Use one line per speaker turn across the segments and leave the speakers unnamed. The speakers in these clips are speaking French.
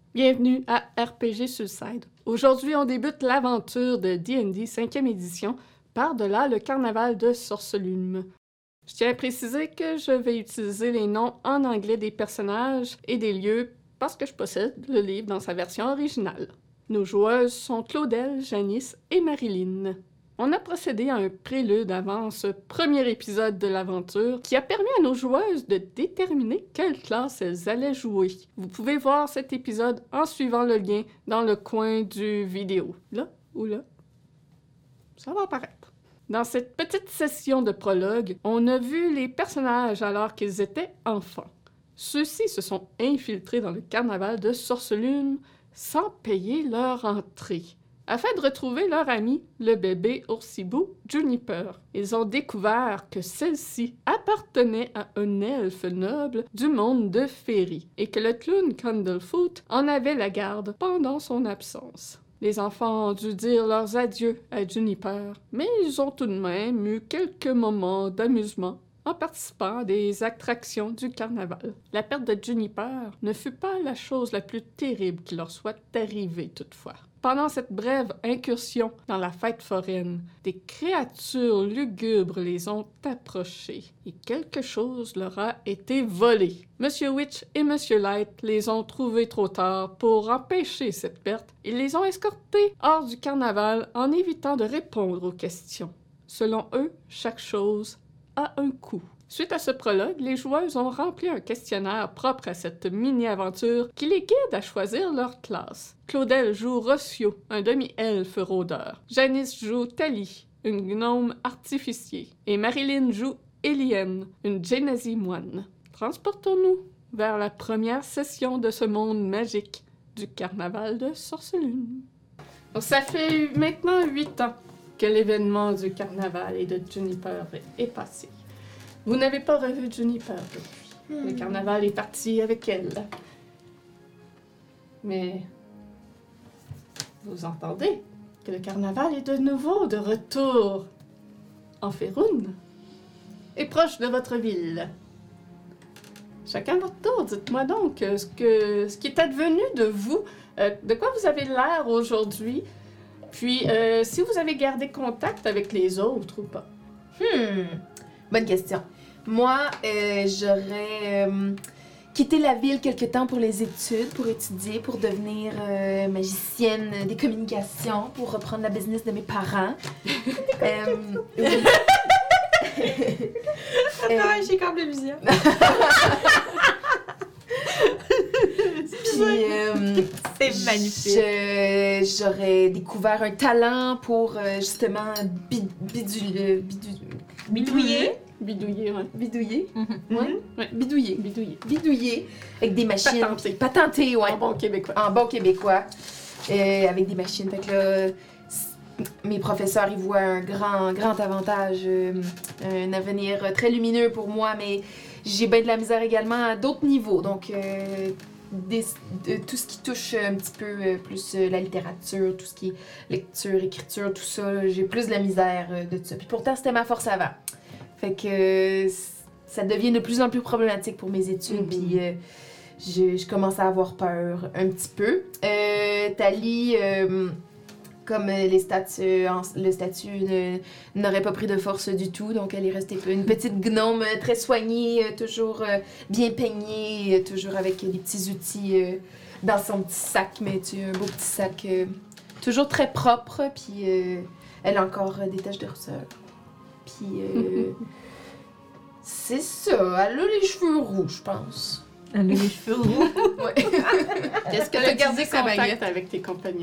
Bienvenue à RPG Suicide. Aujourd'hui, on débute l'aventure de D&D 5e édition Par-delà le carnaval de Sorcelume. Je tiens à préciser que je vais utiliser les noms en anglais des personnages et des lieux parce que je possède le livre dans sa version originale. Nos joueuses sont Claudel, Janice et Marilyn. On a procédé à un prélude avant ce premier épisode de l'aventure qui a permis à nos joueuses de déterminer quelle classe elles allaient jouer. Vous pouvez voir cet épisode en suivant le lien dans le coin du vidéo. Là ou là? Ça va apparaître. Dans cette petite session de prologue, on a vu les personnages alors qu'ils étaient enfants. Ceux-ci se sont infiltrés dans le carnaval de Sorcelume sans payer leur entrée, afin de retrouver leur ami, le bébé oursibou Juniper. Ils ont découvert que celle-ci appartenait à un elfe noble du monde de Féerie et que le clown Candlefoot en avait la garde pendant son absence. Les enfants ont dû dire leurs adieux à Juniper, mais ils ont tout de même eu quelques moments d'amusement en participant à des attractions du carnaval. La perte de Juniper ne fut pas la chose la plus terrible qui leur soit arrivée toutefois. Pendant cette brève incursion dans la fête foraine, des créatures lugubres les ont approchés et quelque chose leur a été volé. Monsieur Witch et Monsieur Light les ont trouvés trop tard pour empêcher cette perte et les ont escortés hors du carnaval en évitant de répondre aux questions. Selon eux, chaque chose a un coût. Suite à ce prologue, les joueuses ont rempli un questionnaire propre à cette mini-aventure qui les guide à choisir leur classe. Claudel joue Rossio, un demi-elfe rôdeur. Janice joue Tali, une gnome artificier. Et Marilyn joue Elienne, une Genazi moine. Transportons-nous vers la première session de ce monde magique du carnaval de Sorcelume. Donc, ça fait maintenant 8 ans que l'événement du carnaval et de Juniper est passé. Vous n'avez pas revu Juniper depuis. Le carnaval est parti avec elle. Mais vous entendez que le carnaval est de nouveau de retour en Féroune et proche de votre ville. Chacun votre tour, dites-moi donc ce qui est advenu de vous, de quoi vous avez l'air aujourd'hui, puis si vous avez gardé contact avec les autres ou pas.
Bonne question. Moi, j'aurais quitté la ville quelque temps pour les études, pour étudier, pour devenir magicienne des communications, pour reprendre la business de mes parents.
J'ai comme de vision.
Puis,
c'est magnifique.
J'aurais découvert un talent pour justement bidouiller.
Bidouiller, ouais.
Bidouiller?
Mm-hmm.
Ouais? Bidouiller. Bidouiller avec des machines. Patenter, ouais.
En bon québécois.
En bon québécois. Avec des machines. Fait que là, mes professeurs, ils voient un grand avantage, un avenir très lumineux pour moi, mais j'ai bien de la misère également à d'autres niveaux. Donc, tout ce qui touche un petit peu plus la littérature, tout ce qui est lecture, écriture, tout ça, j'ai plus de la misère de ça. Puis pourtant, c'était ma force avant. Fait que ça devient de plus en plus problématique pour mes études, puis je commence à avoir peur un petit peu. Tali, comme le statut n'aurait pas pris de force du tout, donc elle est restée une petite gnome très soignée, toujours bien peignée, toujours avec des petits outils dans son petit sac, mais un beau petit sac, toujours très propre, puis elle a encore des taches de rousseur. Puis c'est ça, elle a les cheveux roux, je pense.
Elle a les cheveux roux.
Ouais.
Est-ce que tu as gardé contact avec tes compagnons?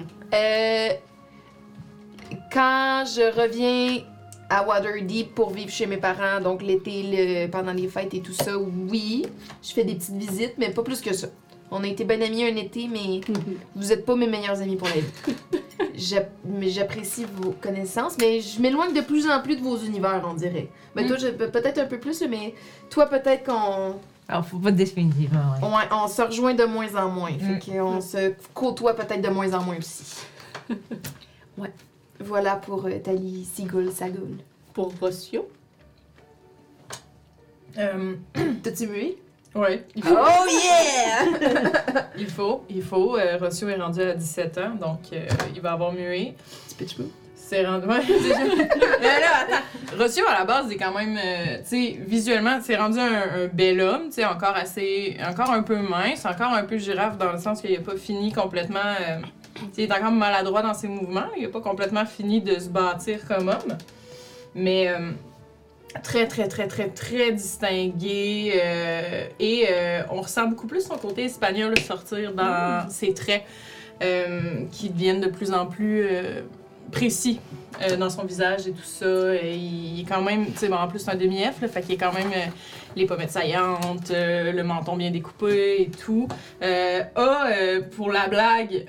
Quand je reviens à Waterdeep pour vivre chez mes parents, donc l'été, pendant les fêtes et tout ça, oui, je fais des petites visites, mais pas plus que ça. On a été bien amis un été, mais vous êtes pas mes meilleurs amis pour la vie. J'apprécie vos connaissances, mais je m'éloigne de plus en plus de vos univers, on dirait. Ben toi, peut-être un peu plus, mais toi, peut-être qu'on...
Alors, faut pas définitivement, ouais.
On se rejoint de moins en moins, fait qu'on se côtoie peut-être de moins en moins aussi. Ouais. Voilà pour Tali, Sigul, Sagul.
Pour Rossio?
T'as-tu mué?
Ouais, il faut.
Oh yeah!
Il faut. Rossio est rendu à 17 ans, donc il va avoir mué.
Petit pitch move.
C'est rendu. Ouais, déjà. Mais là, attends. Rossio, à la base, est quand même. Tu sais, visuellement, c'est rendu un bel homme, tu sais, encore un peu mince, encore un peu girafe dans le sens qu'il n'a pas fini complètement. Tu sais, il est encore maladroit dans ses mouvements. Il n'a pas complètement fini de se bâtir comme homme. Mais. Très, très, très, très, très distingué. On ressent beaucoup plus son côté espagnol sortir dans ses traits qui deviennent de plus en plus précis dans son visage et tout ça. Et il est quand même, tu sais, bon, en plus c'est un demi-elfe, fait qu'il est quand même les pommettes saillantes, le menton bien découpé et tout. Pour la blague,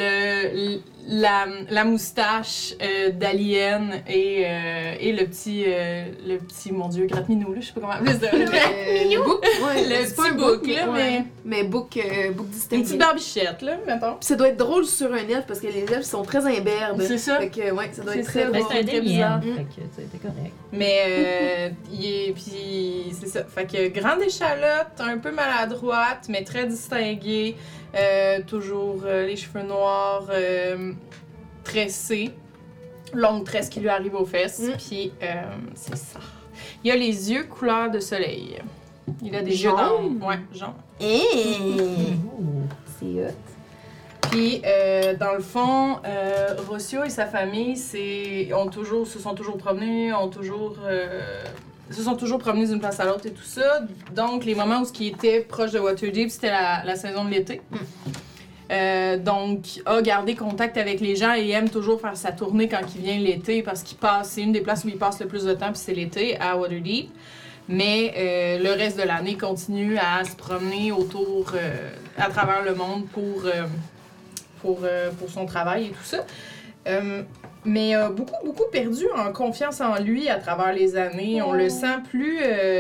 la moustache d'alien et le petit, mon Dieu, gratte-minou, là, je sais pas comment appeler ça.
Le bouc. Ouais,
Le
c'est pas
petit
un
bouc, là,
ouais. Mais bouc
Une
distingué.
petite barbichette, là, mettons.
Puis ça doit être drôle sur un elfe parce que les elfes sont très imberbes.
C'est ça.
Fait que, ouais, ça doit être
C'est
très
ça.
Mais
drôle.
c'est un
très
demi
bizarre.
fait que c'était correct.
Mais puis c'est ça. Fait que grande échalote, un peu maladroite, mais très distinguée. Toujours les cheveux noirs tressés. Longue tresse qui lui arrive aux fesses. Puis c'est ça. Il a les yeux couleur de soleil. Il a des yeux
Jaune?
dans... Ouais, jaune.
C'est hot.
Puis, dans le fond, Rossio et sa famille se sont toujours promenés, se sont toujours promenés d'une place à l'autre et tout ça. Donc, les moments où ils étaient proches de Waterdeep, c'était la saison de l'été. Donc, a gardé contact avec les gens et aime toujours faire sa tournée quand il vient l'été parce c'est une des places où il passe le plus de temps, puis c'est l'été, à Waterdeep. Mais le reste de l'année, continue à se promener autour, à travers le monde pour son travail et tout ça. Mais beaucoup perdu en confiance en lui à travers les années. On le sent plus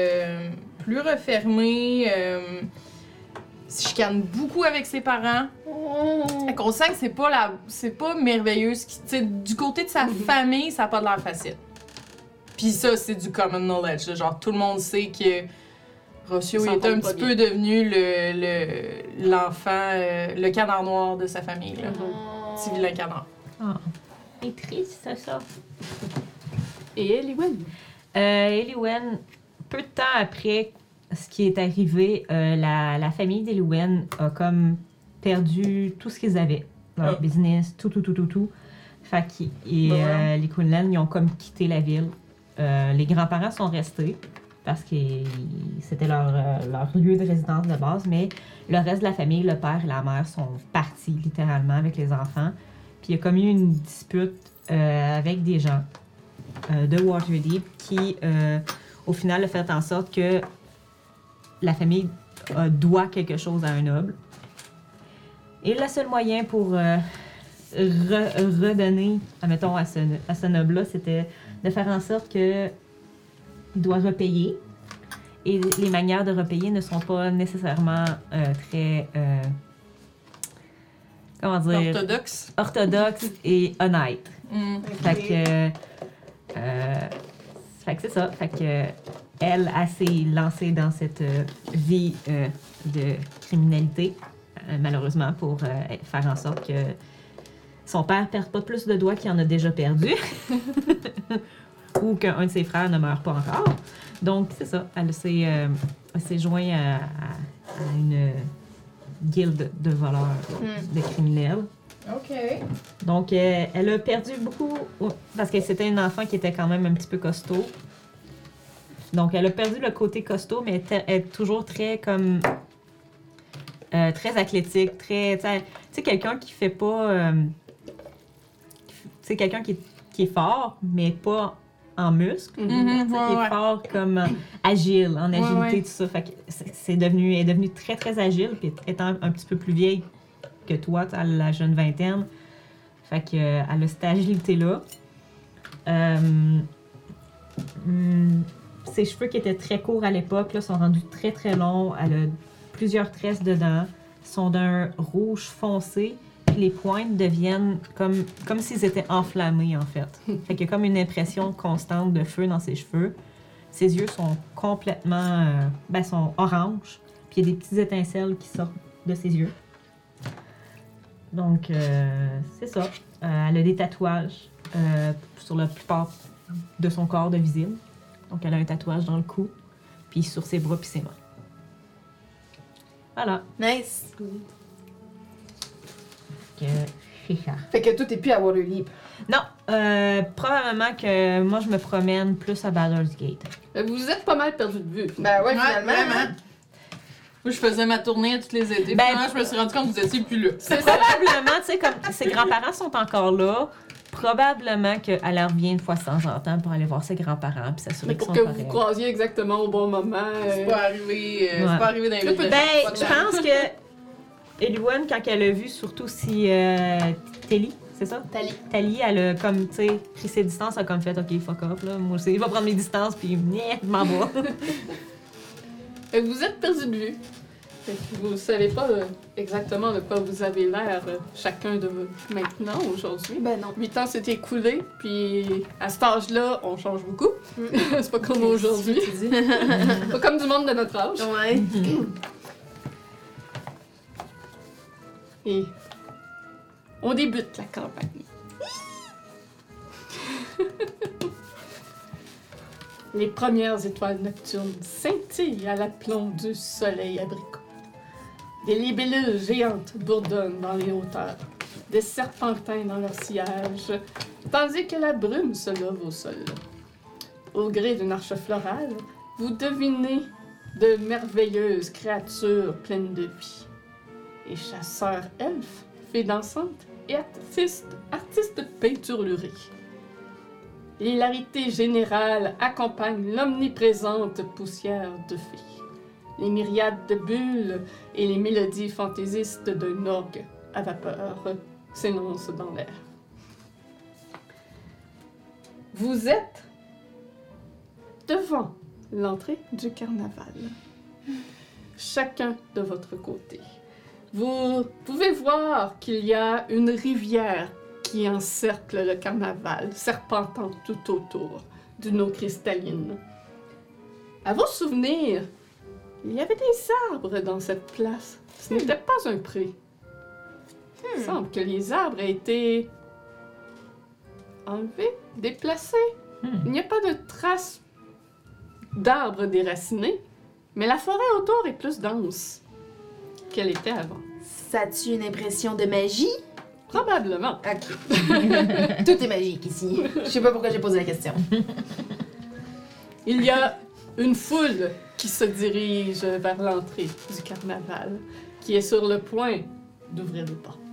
refermé. Il se chicane beaucoup avec ses parents. On sent que c'est pas merveilleux. Du côté de sa famille, ça n'a pas de l'air facile. Puis ça, c'est du common knowledge. Là. Genre, tout le monde sait que Rossio est un petit peu devenu l'enfant, le canard noir de sa famille. Là. Petit vilain canard.
Ah. C'est triste, ça.
Et Eliwen?
Eliwen, peu de temps après ce qui est arrivé, la famille d'Eliwen a comme perdu tout ce qu'ils avaient. Leur business, tout. Fait que les Quinlan, ils ont comme quitté la ville. Les grands-parents sont restés parce que c'était leur lieu de résidence de base, mais le reste de la famille, le père et la mère, sont partis littéralement avec les enfants. Puis il y a comme eu une dispute avec des gens de Waterdeep qui, au final, a fait en sorte que la famille doit quelque chose à un noble. Et le seul moyen pour redonner, admettons, à ce noble-là, c'était de faire en sorte que il doit repayer. Et les manières de repayer ne sont pas nécessairement très... comment dire? Orthodoxe et honnête.
Okay.
Fait que c'est ça. Fait que elle s'est lancée dans cette vie de criminalité, malheureusement, pour faire en sorte que son père ne perde pas plus de doigts qu'il en a déjà perdu. Ou qu'un de ses frères ne meurt pas encore. Donc, c'est ça. Elle s'est jointe à une guilde de voleurs, de criminels.
OK.
Donc, elle a perdu beaucoup parce que c'était une enfant qui était quand même un petit peu costaud. Donc, elle a perdu le côté costaud, mais elle est toujours très comme... très athlétique, très... Tu sais, quelqu'un qui fait pas... tu sais, quelqu'un qui est fort, mais pas en muscle. Qui est fort comme agile, en agilité, tout ça. Fait que elle est devenue très, très agile, puis étant un petit peu plus vieille que toi, à la jeune vingtaine. Fait que elle a cette agilité-là. Ses cheveux qui étaient très courts à l'époque là, sont rendus très, très longs. Elle a plusieurs tresses dedans. Ils sont d'un rouge foncé. Puis les pointes deviennent comme s'ils étaient enflammés, en fait. Fait qu'il y a comme une impression constante de feu dans ses cheveux. Ses yeux sont complètement... sont oranges. Puis il y a des petites étincelles qui sortent de ses yeux. Donc, c'est ça. Elle a des tatouages sur la plupart de son corps de visible. Donc, elle a un tatouage dans le cou, puis sur ses bras, puis ses mains. Voilà.
Nice.
C'est ça.
Fait que toi, t'es plus à Waterdeep.
Non, probablement que moi, je me promène plus à Baldur's Gate.
Vous êtes pas mal perdu de vue.
Ben ouais,
Ouais,
finalement.
vraiment. Moi, je faisais ma tournée à tous les étés.
Ben,
Finalement, je me suis rendu compte que vous étiez plus là.
C'est probablement, tu sais, comme ses grands-parents sont encore là, probablement qu'elle revient une fois de temps en temps pour aller voir ses grands-parents puis s'assurer
Mais
qu'ils
pour
sont
que vous
corrects.
croisiez exactement au bon moment.
C'est pas arrivé,
Ouais.
c'est pas arrivé dans les villes de
Ben,
chaque
je
fois.
pense que Eluan, quand elle a vu, surtout si Telly, c'est ça? Tali, elle a comme, tu sais, pris ses distances, elle a comme fait, OK, fuck off, là, moi aussi, je vais prendre mes distances, puis je m'en vais.
Fait que vous êtes perdu de vue. Fait que vous savez pas exactement de quoi vous avez l'air chacun de vous maintenant, aujourd'hui.
Ben non.
8 ans s'est écoulé, puis à cet âge-là, on change beaucoup. C'est pas comme aujourd'hui. Pas comme du monde de notre âge.
Ouais.
Et on débute la campagne. Les premières étoiles nocturnes scintillent à l'aplomb du soleil abricot. Des libellules géantes bourdonnent dans les hauteurs, des serpentins dans leur sillage, tandis que la brume se love au sol. Au gré d'une arche florale, vous devinez de merveilleuses créatures pleines de vie. Les chasseurs elfes, fées dansantes et artistes peinturlurés. L'hilarité générale accompagne l'omniprésente poussière de fées. Les myriades de bulles et les mélodies fantaisistes d'un orgue à vapeur s'énoncent dans l'air. Vous êtes devant l'entrée du carnaval. Chacun de votre côté. Vous pouvez voir qu'il y a une rivière qui encercle le carnaval, serpentant tout autour d'une eau cristalline. À vos souvenirs, il y avait des arbres dans cette place. Ce n'était pas un pré. Il semble que les arbres aient été enlevés, déplacés. Il n'y a pas de traces d'arbres déracinés, mais la forêt autour est plus dense qu'elle était avant.
Ça a-tu une impression de magie?
Probablement.
Ok. Tout est magique ici. Je sais pas pourquoi j'ai posé la question.
Il y a une foule qui se dirige vers l'entrée du carnaval, qui est sur le point d'ouvrir les portes.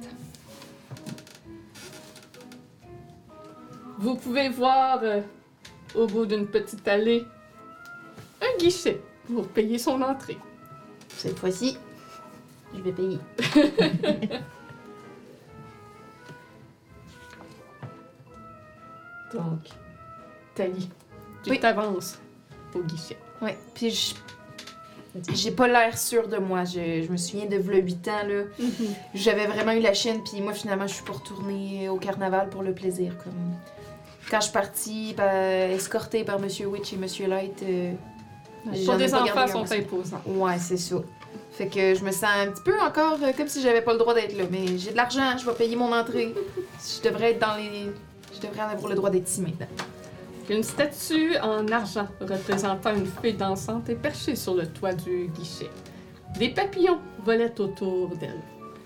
Vous pouvez voir, au bout d'une petite allée, un guichet pour payer son entrée.
Cette fois-ci, je vais payer.
Donc, Tali, tu
Oui.
t'avances au guichet.
Ouais. Puis j'ai pas l'air sûre de moi. Je me souviens de v'là 8 ans, là. J'avais vraiment eu la chienne, puis moi, finalement, je suis pas retournée au carnaval pour le plaisir. Comme... Quand je suis partie, escortée par Monsieur Witch et Monsieur Light,
Pour
j'en ai
des
pas
enfants
gardé
sont
un,
imposants.
Ouais, c'est ça. Fait que je me sens un petit peu encore comme si j'avais pas le droit d'être là. Mais j'ai de l'argent, je vais payer mon entrée. Je devrais être dans les... Je devrais en avoir le droit d'être ici maintenant.
Une statue en argent représentant une fée dansante est perchée sur le toit du guichet. Des papillons volaient autour d'elle.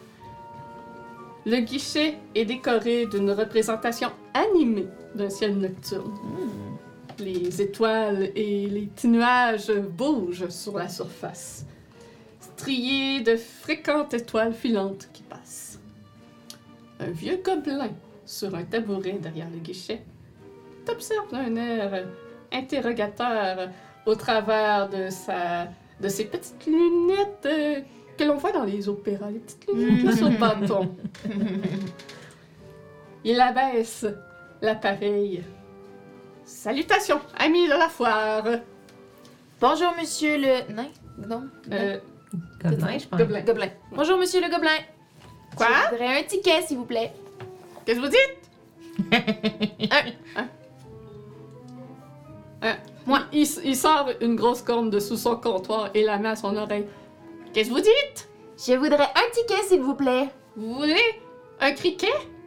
Le guichet est décoré d'une représentation animée d'un ciel nocturne. Les étoiles et les petits nuages bougent sur la surface, striés de fréquentes étoiles filantes qui passent. Un vieux gobelin sur un tabouret derrière le guichet t'observe d'un air interrogateur au travers de ses petites lunettes que l'on voit dans les opéras, les petites lunettes là, sur le bâton. Il abaisse l'appareil. Salutations, amis de la foire!
Bonjour, monsieur le... nain? Non?
Gobelin, je pense.
Gobelin.
Gobelin. Bonjour, monsieur le gobelin.
Quoi?
Je voudrais un ticket, s'il vous plaît.
Qu'est-ce que vous dites? Moi, il sort une grosse corne de sous son comptoir et la met à son oreille. Qu'est-ce que vous dites?
Je voudrais un ticket, s'il vous plaît.
Vous voulez un criquet?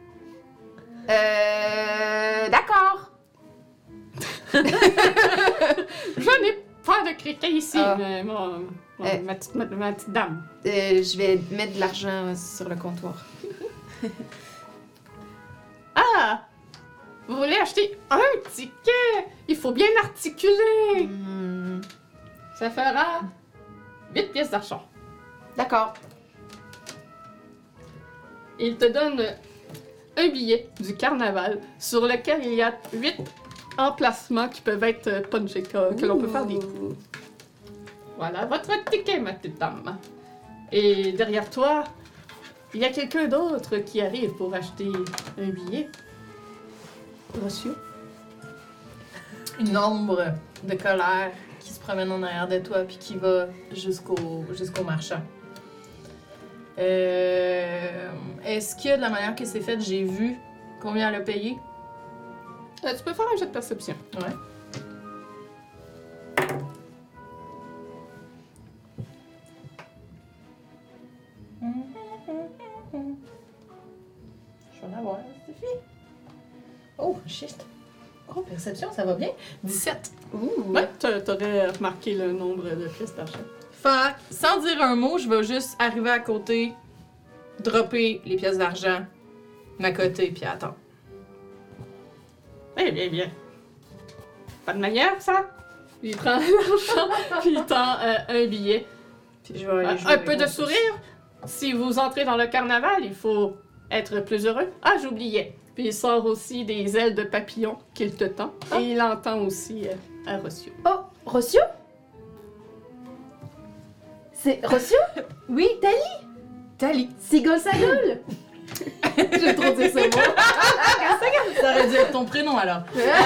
D'accord.
Je n'ai pas de criquet ici,
Ah.
mais ma petite dame.
Je vais mettre de l'argent sur le comptoir.
Ah! Vous voulez acheter un ticket? Il faut bien articuler. Ça fera 8 pièces d'argent.
D'accord.
Il te donne un billet du carnaval sur lequel il y a 8 emplacements qui peuvent être punchés, que l'on peut faire des trous. Voilà votre ticket, ma petite dame. Et derrière toi, il y a quelqu'un d'autre qui arrive pour acheter un billet. Rossio?
Une ombre de colère qui se promène en arrière de toi puis qui va jusqu'au marchand. Est-ce que de la manière que c'est fait, j'ai vu combien elle a payé?
Tu peux faire un jet de perception.
Ouais. Je vais en avoir, Stéphie. Oh, shit. Oh, perception, ça va bien. 17.
Ouais, t'aurais remarqué le nombre de pièces d'argent.
Fait que, sans dire un mot, je vais juste arriver à côté, dropper les pièces d'argent, m'accoter, puis attendre.
Eh bien, bien. Pas de manière, ça? Il prend l'argent, puis il tend un billet.
Puis je vais aller jouer
Un
avec
peu de
mon
sourire. Si vous entrez dans le carnaval, il faut être plus heureux. Ah, j'oubliais. Puis il sort aussi des ailes de papillon qu'il te tend. Et il entend aussi à Rossio.
Oh, Rossio? C'est Rossio?
Oui, Tali!
Tali. Sigol Sagol? J'ai trop dit ce mot.
Ça aurait dû être ton prénom alors.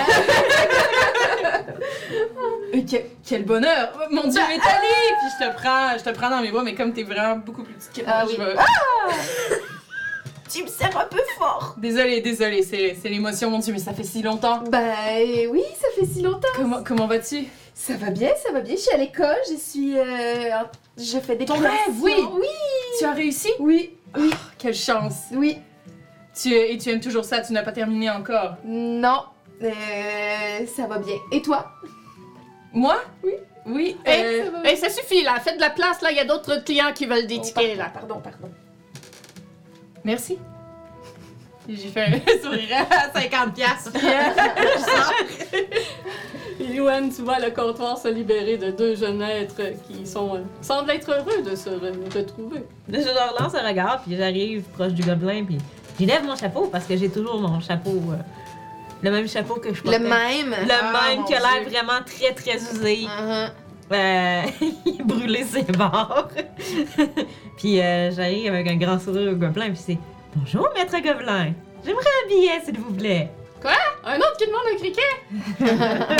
Quel bonheur! Mon Dieu, mais Tali! Puis je te prends dans mes bras, mais comme t'es vraiment beaucoup plus petite que moi,
Ah oui.
je vais...
Tu me sers un peu fort.
Désolée, c'est l'émotion, mon Dieu, mais ça fait si longtemps.
Ben oui, ça fait si longtemps.
Comment vas-tu?
Ça va bien, ça va bien. Je suis à l'école, je fais des
Ton
créations.
rêve, oui.
Oui,
Tu as réussi?
oui, oui,
Quelle chance!
oui.
Tu aimes toujours ça, tu n'as pas terminé encore.
Non, ça va bien. Et toi?
Moi?
Oui.
Oui,
Ça suffit, là. Faites de la place, là. Il y a d'autres clients qui veulent des tickets, là.
Pardon.
merci. J'ai fait un sourire à 50$, puis je sors.
Et Luan, tu vois le comptoir se libérer de 2 jeunes êtres qui semblent être heureux de se retrouver.
Je leur lance un regard, puis j'arrive proche du gobelin, puis j'élève mon chapeau parce que j'ai toujours mon chapeau. Le même chapeau que je portais.
Le même.
Le même
mon
qui a l'air
Dieu.
vraiment très très usé. Il est brûlé ses bords. Puis j'arrive avec un grand sourire au gobelin, puis c'est bonjour, maître gobelin. J'aimerais un billet, s'il vous plaît.
Un autre qui demande un criquet?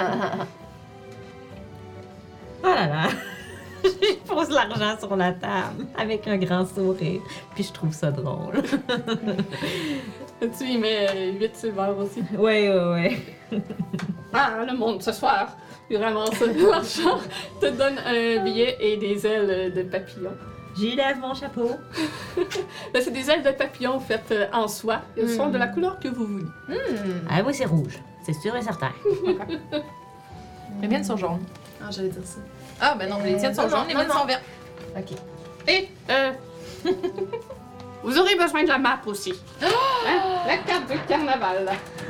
Oh là là. Je pose l'argent sur la table avec un grand sourire, puis je trouve ça drôle.
Tu y mets 8 silvers aussi.
Ouais.
Ah, le monde, ce soir. Il ramasse l'argent, te donne un billet et des ailes de papillon.
J'élève mon chapeau.
Là, c'est des ailes de papillon faites en soie. Elles sont de la couleur que vous voulez.
Ah oui, c'est rouge. C'est sûr et certain.
Les miennes sont jaunes.
Ah, j'allais dire ça.
Ah, ben non, les tiennes sont
non,
jaunes, les
non,
miennes
non.
sont vertes.
Ok.
Et, vous aurez besoin de la map aussi. Hein? La carte du carnaval.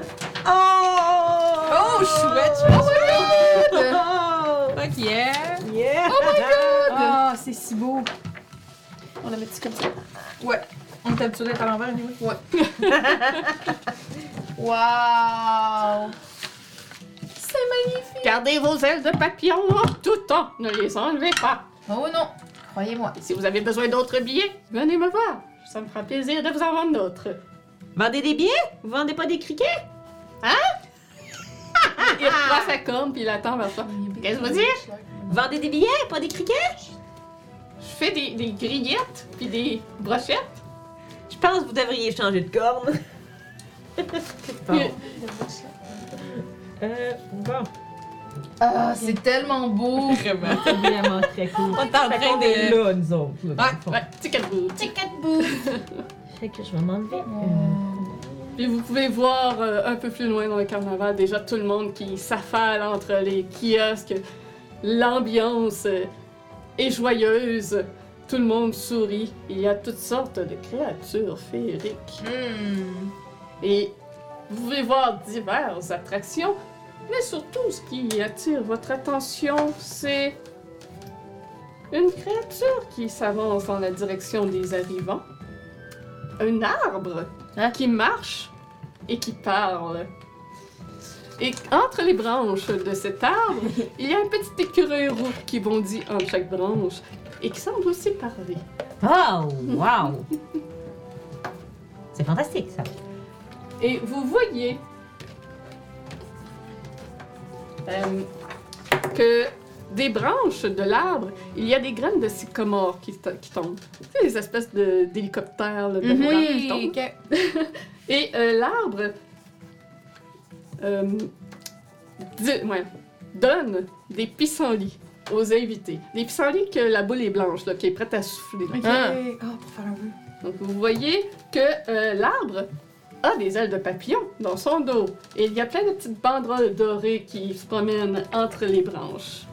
Oh, chouette!
Oh!
Fuck yeah!
Yeah!
Ah, c'est si beau!
On la met-tu comme ça?
Ouais. On est habitué d'être à l'envers, anyway.
Ouais. Wow! C'est magnifique!
Gardez vos ailes de papillon en tout temps. Ne les enlevez pas.
Oh non! Croyez-moi.
Et si vous avez besoin d'autres billets, venez me voir. Ça me fera plaisir de vous en vendre d'autres.
Vendez des billets? Vous vendez pas des criquets?
Il reprend sa corne puis il attend vers toi. Qu'est-ce que vous dites?
Vendez des billets, pas des criquets?
Je fais des grillettes puis des brochettes.
Je pense que vous devriez changer de corne.
Bon.
Bon.
Ah, c'est tellement beau!
Vraiment.
C'est vraiment très cool.
On est en
Fait
train
qu'on est
de...
là, nous autres. Là, dans le fond.
Ouais.
Ticket boot.
Ticket boot!
Fait que je vais m'enlever.
Puis vous pouvez voir un peu plus loin dans le carnaval déjà tout le monde qui s'affale entre les kiosques. L'ambiance est joyeuse. Tout le monde sourit. Il y a toutes sortes de créatures féeriques. Et vous pouvez voir diverses attractions. Mais surtout, ce qui attire votre attention, c'est une créature qui s'avance dans la direction des arrivants. Un arbre qui marche et qui parle. Et entre les branches de cet arbre, il y a un petit écureuil roux qui bondit entre chaque branche et qui semble aussi parler.
Oh, wow! C'est fantastique, ça.
Et vous voyez que des branches de l'arbre, il y a des graines de sycomore qui tombent. Tu sais, les espèces d'hélicoptères là, de branches qui tombent.
ok.
Et l'arbre donne des pissenlits aux invités. Des pissenlits que la boule est blanche, là, qui est prête à souffler.
Ok.
Ah.
Pour faire un vœu.
Donc vous voyez que l'arbre a des ailes de papillon dans son dos. Et il y a plein de petites banderoles dorées qui se promènent entre les branches.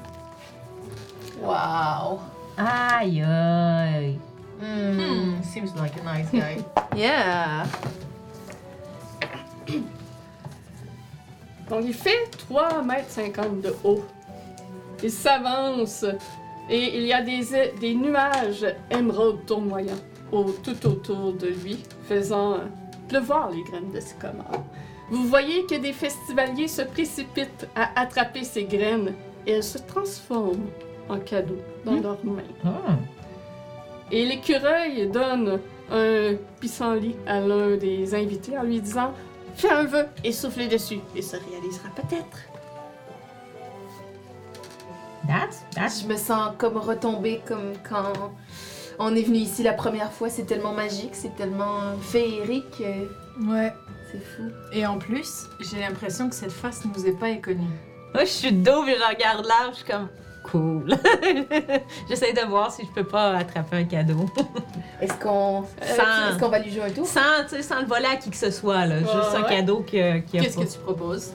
Wow!
Aïe, aïe.
Seems like a nice guy. Yeah!
Donc il fait 3,50 m de haut. Il s'avance et il y a des nuages émeraudes tournoyants tout autour de lui, faisant pleuvoir les graines de sycomore. Vous voyez que des festivaliers se précipitent à attraper ces graines et elles se transforment en cadeaux dans leurs mains.
Ah.
Et l'écureuil donne un pissenlit à l'un des invités en lui disant « Fais un vœu et soufflez dessus, et ça réalisera peut-être. »
That's
Je me sens comme retombée comme quand on est venu ici la première fois. C'est tellement magique, c'est tellement féerique.
Ouais.
C'est fou.
Et en plus, j'ai l'impression que cette face nous est pas inconnue.
Moi, je suis dos et je regarde là, je suis comme cool. J'essaie de voir si je peux pas attraper un cadeau.
Est-ce qu'on va lui jouer un tour?
Sans, tu sais, sans le voler à qui que ce soit, là. Juste un
ouais.
cadeau qui a
Qu'est-ce
pas.
que tu proposes?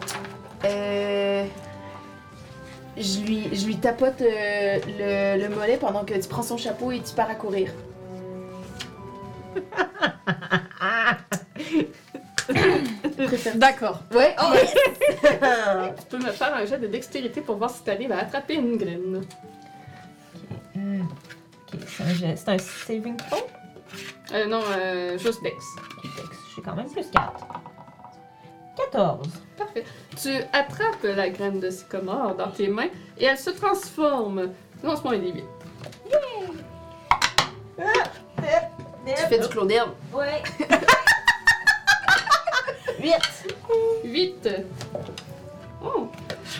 Je lui tapote le mollet pendant que tu prends son chapeau et tu pars à courir.
D'accord.
Ouais. Oh,
Tu peux me faire un jet de dextérité pour voir si tu arrives à attraper une graine.
Ok, c'est un saving throw?
Non, juste dex.
J'ai quand même plus 4. 14.
Parfait. Tu attrapes la graine de sycomore dans tes mains et elle se transforme. Lance-moi un D8.
tu fais du Claudel.
Ouais. 8.
8. Oh.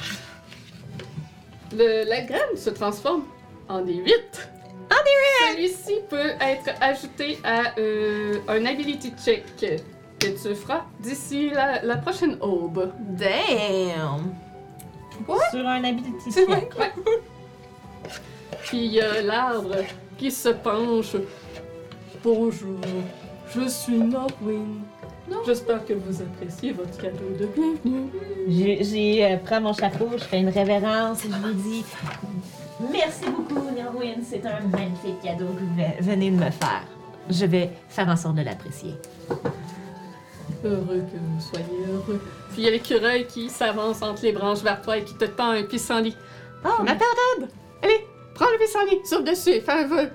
La graine se transforme en des 8. Celui-ci peut être ajouté à un ability check que tu feras d'ici la prochaine aube.
Damn!
Sur un ability
C'est
check.
vrai?
Puis il y a l'arbre qui se penche. Bonjour, je suis Norwin. J'espère que vous appréciez votre cadeau de bienvenue.
J'ai prends mon chapeau, je fais une révérence et je lui dis merci beaucoup, Norwin, c'est un magnifique cadeau que vous venez de me faire. Je vais faire en sorte de l'apprécier.
Heureux que vous soyez heureux. Puis il y a l'écureuil qui s'avance entre les branches vers toi et qui te tend un pissenlit.
Oh,
Je m'appelle Red! Allez, prends le pissenlit, souffle dessus et fais un vœu.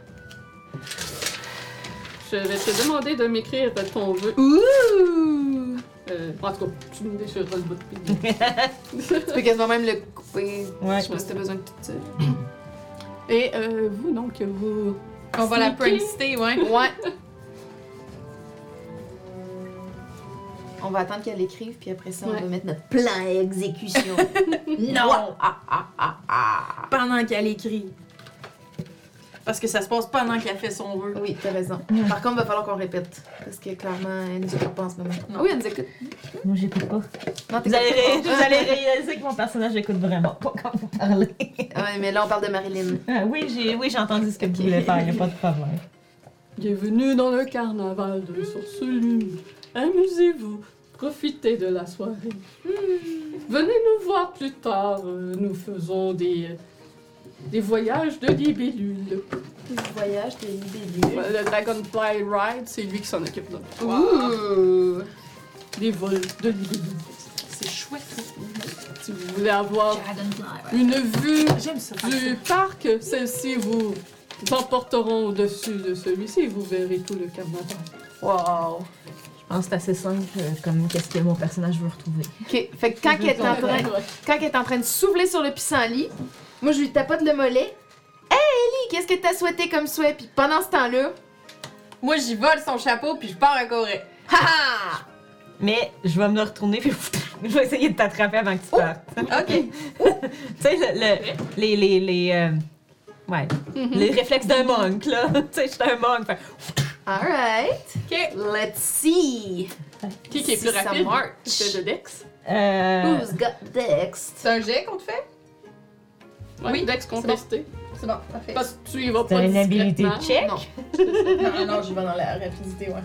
Je vais te demander de m'écrire ton vœu.
Ouh!
En tout cas, tu me déchireras le bout de pied.
Tu peux quasiment même le couper.
Ouais.
Je sais pas si t'as besoin de tout ça.
Et vous, donc, vous...
On va la
Sneaky.
prankster, ouais.
Ouais. On va attendre qu'elle écrive, puis après ça, on
Ouais.
va mettre notre plan à exécution. Non!
Pendant qu'elle écrit. Parce que ça se passe pendant qu'elle fait son vœu.
Oui, t'as raison. Par contre, il va falloir qu'on répète. Parce que clairement, elle nous écoute pas en ce moment.
Non.
Ah oui, elle nous écoute.
Moi, j'écoute pas.
Non,
Vous
t'écoutes
allez,
pas.
vous allez réaliser que mon personnage écoute vraiment pas quand vous parlez.
Ouais, mais là, on parle de Marilyn.
Ah, oui, j'ai entendu ce que vous voulez faire, y a pas de problème.
Bienvenue dans le carnaval de Source-Lune. Amusez-vous, profitez de la soirée. Venez nous voir plus tard. Nous faisons des voyages de libellules.
Voyage de libellule.
Le Dragonfly Ride, c'est lui qui s'en occupe. Là.
Ouh!
Des vols de libellules.
C'est chouette.
Si vous voulez avoir une vue
J'aime ça.
du parc, celles-ci vous emporteront au-dessus de celui-ci et vous verrez tout le carnaval.
Wow!
Je pense que c'est assez simple comme qu'est-ce que mon personnage veut retrouver.
Ok, fait que quand elle est en train de souffler sur le pissenlit, moi je lui tapote le mollet. Hey Ellie, qu'est-ce que t'as souhaité comme souhait? Puis pendant ce temps-là,
Moi, j'y vole son chapeau puis je pars à courir.
haha!
Mais je vais me retourner puis je vais essayer de t'attraper avant que tu partes.
OK.
Tu sais, ouais, les réflexes d'un monk, là. Tu sais, je suis un monk. Fait...
Alright,
OK.
let's see!
Qui est plus
Si ça
rapide?
marche.
C'est de Dex.
Who's got next?
C'est un jet qu'on te fait?
Ouais,
Oui,
Dex contesté.
C'est bon, parfait.
Parce que tu y vas
C'est
pas
une habilité
discrètement.
check.
Non.
Non, j'y vais dans la rapidité, ouais.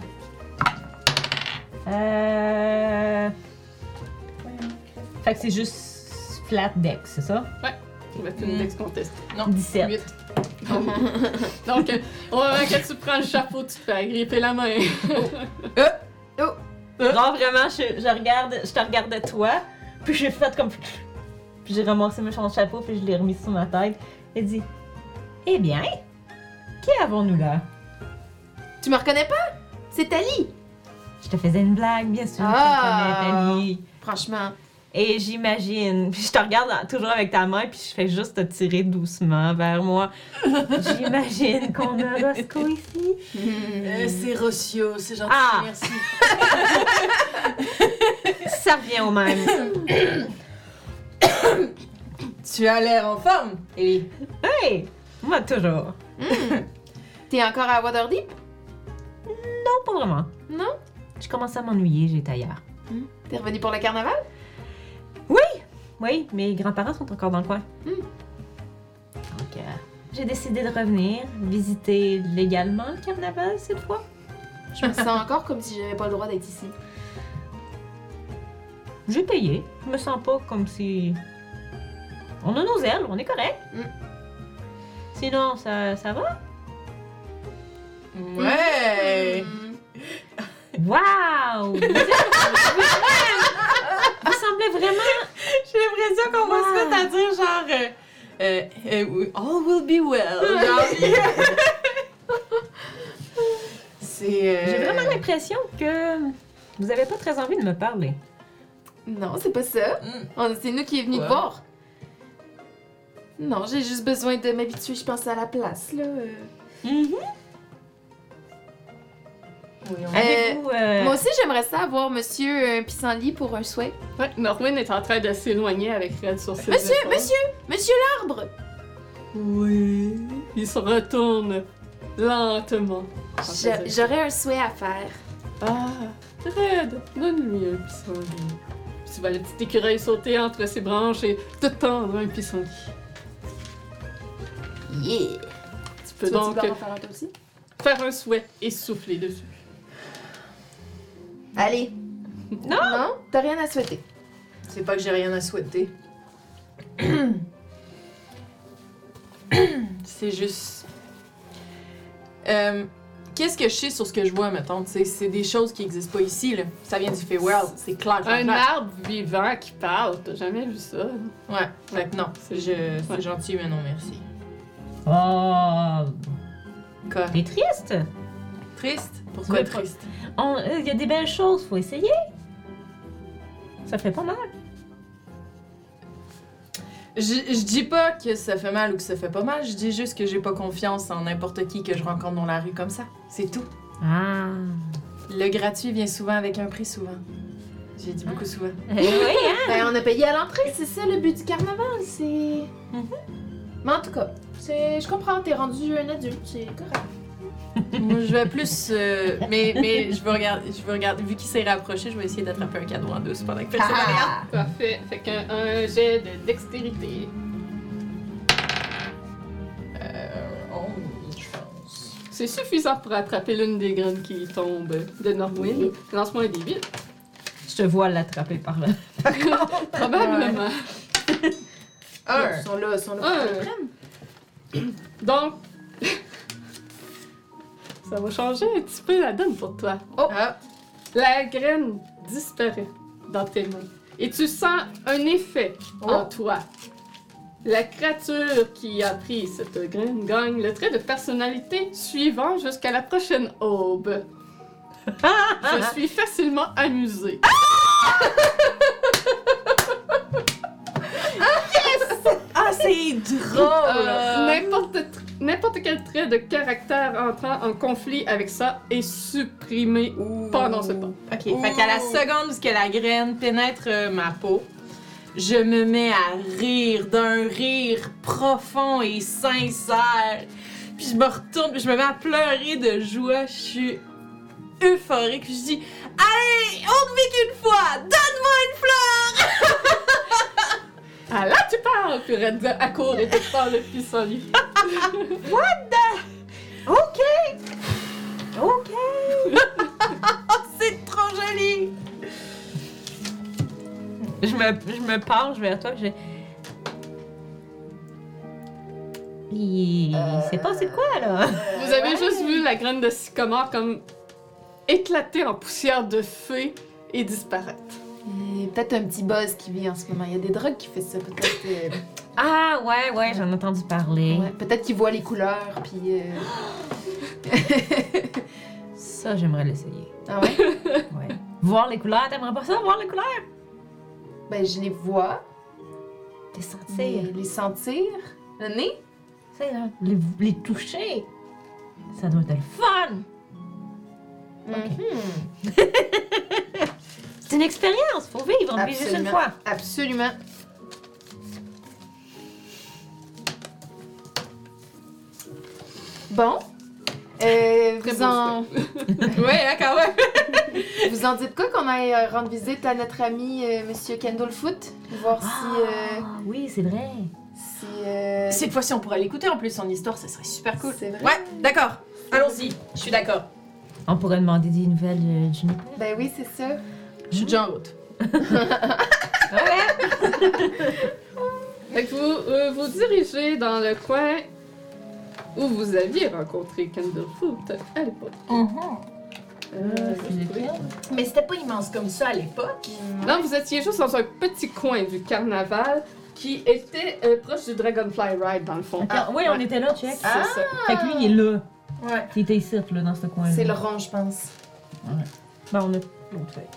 Fait que c'est juste flat deck, c'est ça?
Ça va être une Dex contestée.
17.
8. Donc, au moment que tu prends le chapeau, tu te fais agripper la main.
Non, vraiment, je te regardais toi, puis j'ai fait comme... Puis j'ai ramassé mon chapeau, puis je l'ai remis sur ma tête. Et dit, eh bien, qui avons-nous là?
Tu me reconnais pas? C'est Ali!
Je te faisais une blague, bien sûr,
Ah.
tu me connais, Tani.
Franchement.
Et j'imagine, puis je te regarde toujours avec ta main, puis je fais juste te tirer doucement vers moi. J'imagine qu'on a Roscoe ici.
C'est Rocio, c'est gentil,
Ah.
merci.
Ça revient au même.
Tu as l'air en forme, Ellie.
Hey! Moi, toujours.
T'es encore à Waterdeep?
Non, pas vraiment.
Non?
Je commence à m'ennuyer, j'étais ailleurs.
T'es revenu pour le carnaval?
Oui, mes grands-parents sont encore dans le coin.
Hmm.
Donc, j'ai décidé de revenir, visiter légalement le carnaval cette fois.
Je me sens encore comme si j'avais pas le droit d'être ici.
J'ai payé. Je me sens pas comme si... On a nos ailes, on est correct.
Hmm.
Sinon, ça va?
Ouais.
Wow! Vous semblez vraiment...
J'ai l'impression qu'on va se mettre à dire genre all will be well. Genre. C'est
J'ai vraiment l'impression que vous avez pas très envie de me parler.
Non, c'est pas ça. C'est nous qui est venu te
Ouais.
voir. Non, j'ai juste besoin de m'habituer, je pense, à la place, là.
Oui,
Avez-vous...
Moi aussi, j'aimerais ça avoir Monsieur Pissenlit pour un souhait.
Ouais, Norwin est en train de s'éloigner avec Red sur ses
Monsieur,
épaules.
Monsieur l'arbre!
Oui. Il se retourne lentement.
J'aurais un souhait à faire.
Ah, Red, donne-lui un pissenlit. Puis tu vois le petit écureuil sauter entre ses branches et te tendre un pissenlit.
Yeah!
Tu peux donc
faire un toi aussi?
faire un souhait et souffler dessus.
Allez!
Non!
Non? T'as rien à souhaiter.
C'est pas que j'ai rien à souhaiter. C'est juste. Qu'est-ce que je sais sur ce que je vois, mettons? Tu sais, c'est des choses qui existent pas ici, là. Ça vient du Feywild, c'est clair.
Un arbre vivant qui parle, t'as jamais vu ça?
Ouais, fait que non. C'est
Ouais.
gentil, mais non, merci.
Oh!
Quoi?
T'es triste?
Triste? Pourquoi
Tu veux pas-
triste?
Il y a des belles choses, faut essayer. Ça fait pas mal.
Je dis pas que ça fait mal ou que ça fait pas mal, je dis juste que j'ai pas confiance en n'importe qui que je rencontre dans la rue comme ça. C'est tout.
Ah!
Le gratuit vient souvent avec un prix, souvent. J'ai dit beaucoup souvent.
Oui, hein?
Ben, on a payé à l'entrée, c'est ça le but du carnaval, c'est... Mais en tout cas, Je comprends, t'es rendu un adulte, c'est correct.
Moi, je vais plus. Mais je veux regarder. Vu qu'il s'est rapproché, je vais essayer d'attraper un cadeau en douce pendant qu'il fait ça. Regarde.
Parfait. Fait qu'un jet de dextérité.
11, je pense.
C'est suffisant pour attraper l'une des graines qui tombe de Norwin. Lance-moi un D8.
Je te vois l'attraper par là.
Probablement.
Ils sont là pour te prendre.
Donc, ça va changer un petit peu la donne pour toi.
Oh!
La graine disparaît dans tes mains. Et tu sens un effet en toi. La créature qui a pris cette graine gagne le trait de personnalité suivant jusqu'à la prochaine aube. Je suis facilement amusée.
Ah, c'est drôle!
N'importe quel trait de caractère entrant en conflit avec ça est supprimé pendant ce temps.
Ok, fait qu'à la seconde où la graine pénètre ma peau, je me mets à rire d'un rire profond et sincère. Puis je me retourne, puis je me mets à pleurer de joie. Je suis euphorique. Puis je dis « Allez, on ne vit qu'une fois! Donne-moi une fleur! »
Ah là, tu parles! Puis Red accourt et te parle le pissenlit.
OK! OK!
C'est trop joli!
Je me penche vers toi, je... Il s'est passé quoi, là?
Vous avez juste vu la graine de sycomore comme éclater en poussière de feu et disparaître.
Peut-être un petit buzz qui vit en ce moment. Il y a des drogues qui fait ça, peut-être.
Ah, ouais, j'en ai entendu parler.
Ouais, peut-être qu'il voit les couleurs, puis...
Ça, j'aimerais l'essayer.
Ah ouais?
Ouais. Voir les couleurs, t'aimerais pas ça, voir les couleurs?
Ben, je les vois,
Les sentir.
mais les sentir. Le nez?
Tu sais, hein, les toucher. Ça doit être le fun!
Mhm.
C'est une expérience, faut vivre, on vit juste une fois.
Absolument. Bon. Vous en...
Ouais, d'accord, ouais.
Vous en dites quoi qu'on aille rendre visite à notre ami Monsieur Candlefoot? Voir
Oui, c'est vrai.
si...
Cette fois-ci, on pourrait l'écouter en plus, son histoire, ça serait super cool.
C'est vrai.
Ouais, d'accord. Allons-y, je suis d'accord.
On pourrait demander des nouvelles de Juniper.
Ben oui, c'est ça.
Je suis déjà en route.
Fait que vous vous dirigez dans le coin où vous aviez rencontré Candlefoot à l'époque.
Mais c'était pas immense comme ça à l'époque.
Non, vous étiez juste dans un petit coin du carnaval qui était proche du Dragonfly Ride, dans le fond.
Oui, on était là, check.
C'est ça.
Fait que lui, il est là.
Ouais.
Il était ici, là, dans ce coin-là.
C'est le rond, je pense.
Ben, on a l'autre feuille.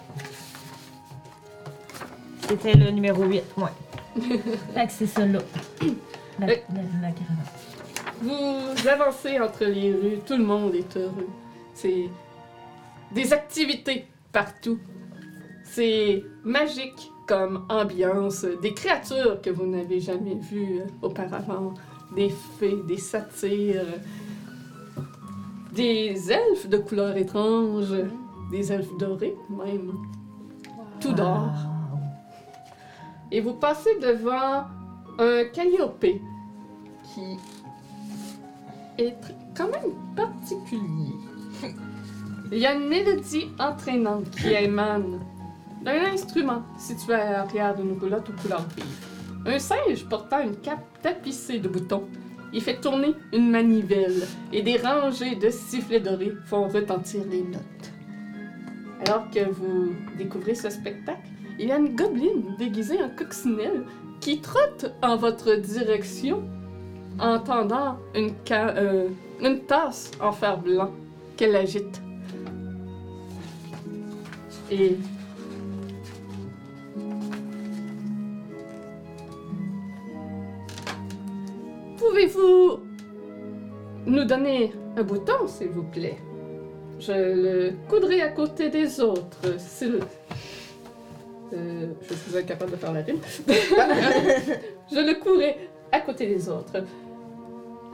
C'était le numéro 8, ouais. Fait que c'est ça, là. La caravane.
Vous avancez entre les rues, tout le monde est heureux. C'est des activités partout. C'est magique comme ambiance, des créatures que vous n'avez jamais vues auparavant, des fées, des satyres, des elfes de couleurs étranges, des elfes dorés même. Tout d'or. Et vous passez devant un calliope qui est quand même particulier. Il y a une mélodie entraînante qui émane d'un instrument situé à l'arrière d'une roulotte aux couleurs vives. Un singe portant une cape tapissée de boutons. Il fait tourner une manivelle et des rangées de sifflets dorés font retentir les notes. Alors que vous découvrez ce spectacle, il y a une gobeline déguisée en coccinelle qui trotte en votre direction en tendant une tasse en fer blanc qu'elle agite. Et pouvez-vous nous donner un bouton, s'il vous plaît? Je le coudrai à côté des autres, je suis incapable de faire la rime. Je le courai à côté des autres.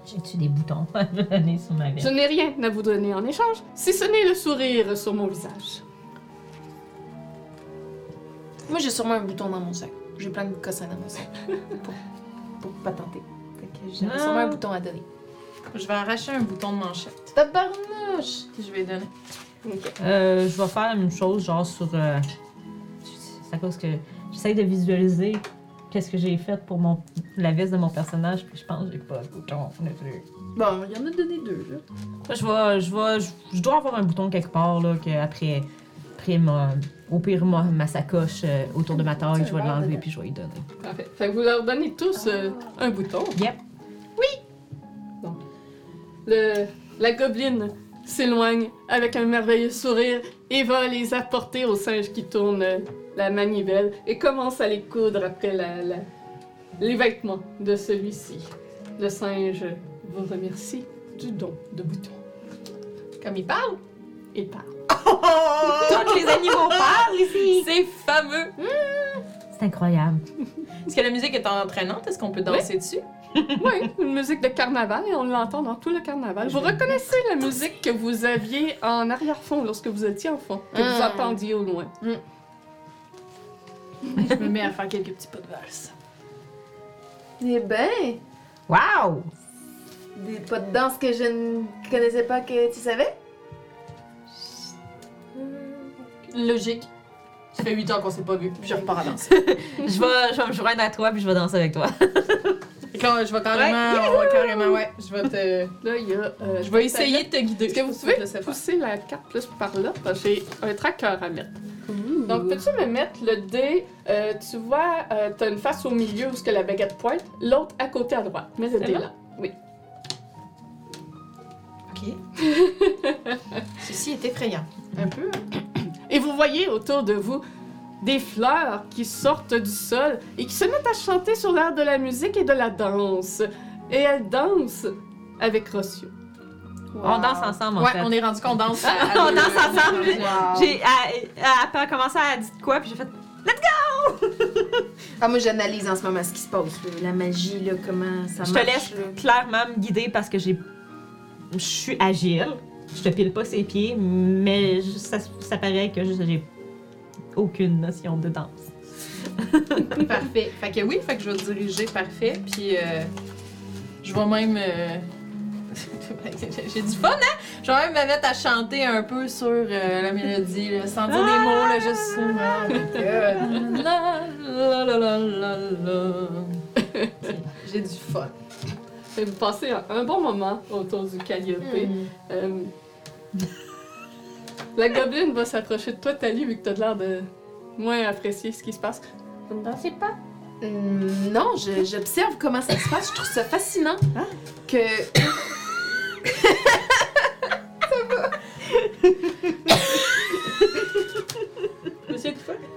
J'ai-tu des boutons à donner sur ma
Je
veste?
n'ai rien à vous donner en échange, si ce n'est le sourire sur mon visage.
Moi, j'ai sûrement un bouton dans mon sac. J'ai plein de cossins dans mon sac. pour patenter. Fait que j'ai
Ah.
sûrement un bouton à donner.
Je vais arracher un bouton de manchette.
Tabarnouche!
Que je vais donner.
Je vais faire la même chose, genre sur. C'est à cause que j'essaie de visualiser qu'est-ce que j'ai fait pour la veste de mon personnage, puis je pense que j'ai pas de bouton non plus.
Bon, il y en a donné 2, là.
Je dois avoir un bouton quelque part, là, qu'après. Au pire, ma sacoche autour de ma taille, je vais l'enlever puis je vais y donner.
Parfait. Fait que vous leur donnez tous un bouton.
Yep.
Bon. La gobeline s'éloigne avec un merveilleux sourire et va les apporter au singe qui tourne la manivelle et commence à les coudre après les vêtements de celui-ci. Le singe vous remercie du don de bouton.
Comme il parle.
Il part.
Tous les animaux parlent ici!
C'est fameux.
C'est incroyable.
Est-ce que la musique est entraînante? Est-ce qu'on peut danser dessus?
Oui, une musique de carnaval et on l'entend dans tout le carnaval. Vous reconnaissez la musique que vous aviez en arrière-fond lorsque vous étiez enfant, que vous entendiez au loin.
Je me mets à faire quelques petits pas de valse.
Eh ben,
Wow!
des pas de danse que je ne connaissais pas que tu savais?
Logique. Ça fait 8 ans qu'on s'est pas vu. Puis je repars à danser.
Je vais me joindre à toi puis je vais danser avec toi.
Je vais carrément, ouais. Je vais te.
Là, il y a.
Je vais essayer de te guider.
Est-ce que vous
Je vais te
pouvez
laisser faire.
pousser la carte plus par là? Parce que j'ai un tracker à mettre. Donc, peux-tu me mettre le dé? Tu vois, t'as une face au milieu où ce que la baguette pointe, l'autre à côté à droite. Mets le
C'est
dé
bon?
là. Oui.
Ok. Ceci est effrayant. Un peu.
Et vous voyez autour de vous des fleurs qui sortent du sol et qui se mettent à chanter sur l'air de la musique et de la danse. Et elles dansent avec Rossio.
On danse ensemble, en
Ouais,
fait.
on est rendu qu'on danse.
On danse ensemble.
Wow.
Elle a commencé à dire quoi puis j'ai fait
Ah, moi, j'analyse en ce moment ce qui se passe, là. La magie, là, comment ça
je
marche.
te laisse
là.
clairement me guider parce que je suis agile. Je te pile pas ses pieds, mais ça paraît que j'ai aucune notion de danse.
Parfait. Fait que oui, fait que je vais te diriger parfait. Puis je vais même. J'ai du fun, hein? Je vais même me mettre à chanter un peu sur la mélodie, là, sans dire des mots, là, juste. Oh my God. La, la, la, la, la. J'ai du fun.
Et vous passez un bon moment autour du Calliope. La gobeline va s'approcher de toi, Tali, vu que t'as l'air de moins apprécier ce qui se passe. Vous ne dansez pas?
Non, j'observe comment ça se passe. Je trouve ça fascinant que...
Monsieur de fun?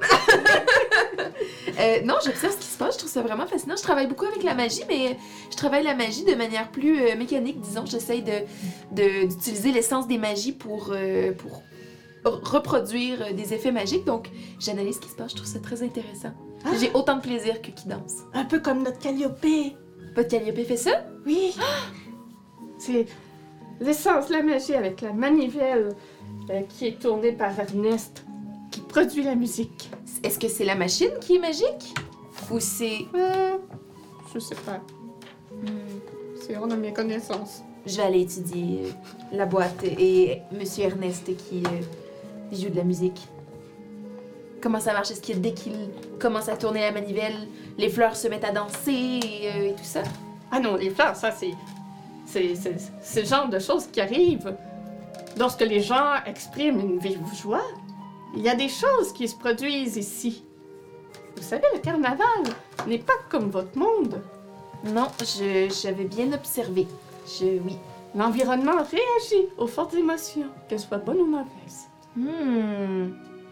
Non, j'observe ce qui se passe. Je trouve ça vraiment fascinant. Je travaille beaucoup avec la magie, mais je travaille la magie de manière plus mécanique, disons. J'essaye d'utiliser l'essence des magies pour reproduire des effets magiques. Donc, j'analyse ce qui se passe. Je trouve ça très intéressant. J'ai autant de plaisir que qui danse.
Un peu comme notre Calliope.
Votre Calliope fait ça?
Oui.
C'est l'essence de la magie avec la manivelle qui est tournée par Ernest, qui produit la musique.
Est-ce que c'est la machine qui est magique? Ou c'est...
Je sais pas. C'est hors de mes connaissances.
Je vais aller étudier la boîte et Monsieur Ernest qui joue de la musique. Comment ça marche? Est-ce que dès qu'il commence à tourner la manivelle, les fleurs se mettent à danser et tout ça?
Ah non, les fleurs, ça c'est le genre de choses qui arrivent lorsque les gens expriment une vive joie. Il y a des choses qui se produisent ici. Vous savez, le carnaval n'est pas comme votre monde.
Non, j'avais bien observé. Oui.
L'environnement réagit aux fortes émotions, qu'elles soient bonnes ou mauvaises.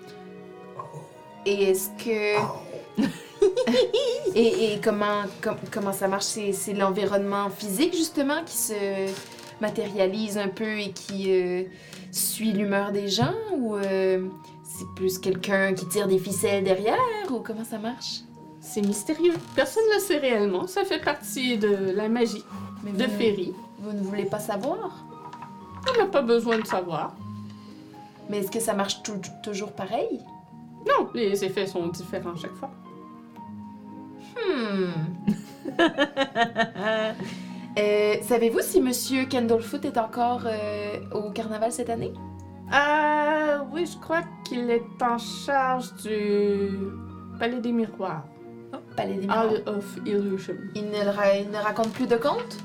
Et est-ce que... et comment ça marche? C'est l'environnement physique, justement, qui se matérialise un peu et qui suit l'humeur des gens? Ou c'est plus quelqu'un qui tire des ficelles derrière? Ou comment ça marche?
C'est mystérieux. Personne ne le sait réellement. Ça fait partie de la magie de Féerie.
Vous ne voulez pas savoir?
On n'a pas besoin de savoir.
Mais est-ce que ça marche toujours pareil?
Non, les effets sont différents chaque fois.
Savez-vous si Monsieur Candlefoot est encore au carnaval cette année?
Oui, je crois qu'il est en charge du Palais des Miroirs.
Palais des Miroirs.
Hall of Illusion.
Il ne raconte plus de contes?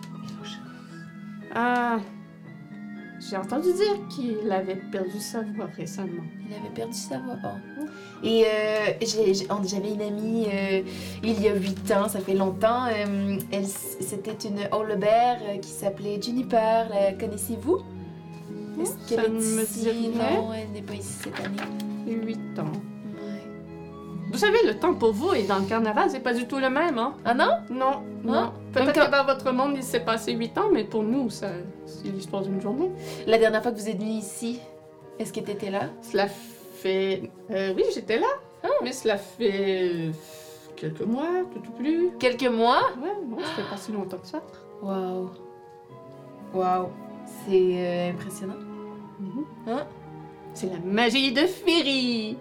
J'ai entendu dire qu'il avait perdu sa voix récemment.
Il avait perdu sa voix. Oh. Et j'avais une amie il y a 8 ans, ça fait longtemps. C'était une Howlebert qui s'appelait Juniper. La connaissez-vous? Est-ce
Ça
qu'elle est
me
ici?
dit rien.
Non, elle n'est pas ici cette année.
8 ans.
Ouais.
Vous savez, le temps pour vous et dans le carnaval, c'est pas du tout le même, hein?
Ah non?
Non, non.
Hein?
Peut-être
Même quand-
que dans votre monde, il s'est passé 8 ans, mais pour nous, c'est l'histoire d'une journée.
La dernière fois que vous êtes venue ici, est-ce que tu étais là?
Cela fait... oui, j'étais là. Mais cela fait... quelques mois, tout ou plus.
Quelques mois?
Ouais, non, ça fait pas si longtemps que ça.
Wow. Wow. C'est impressionnant. Hein?
C'est la magie de Féerie!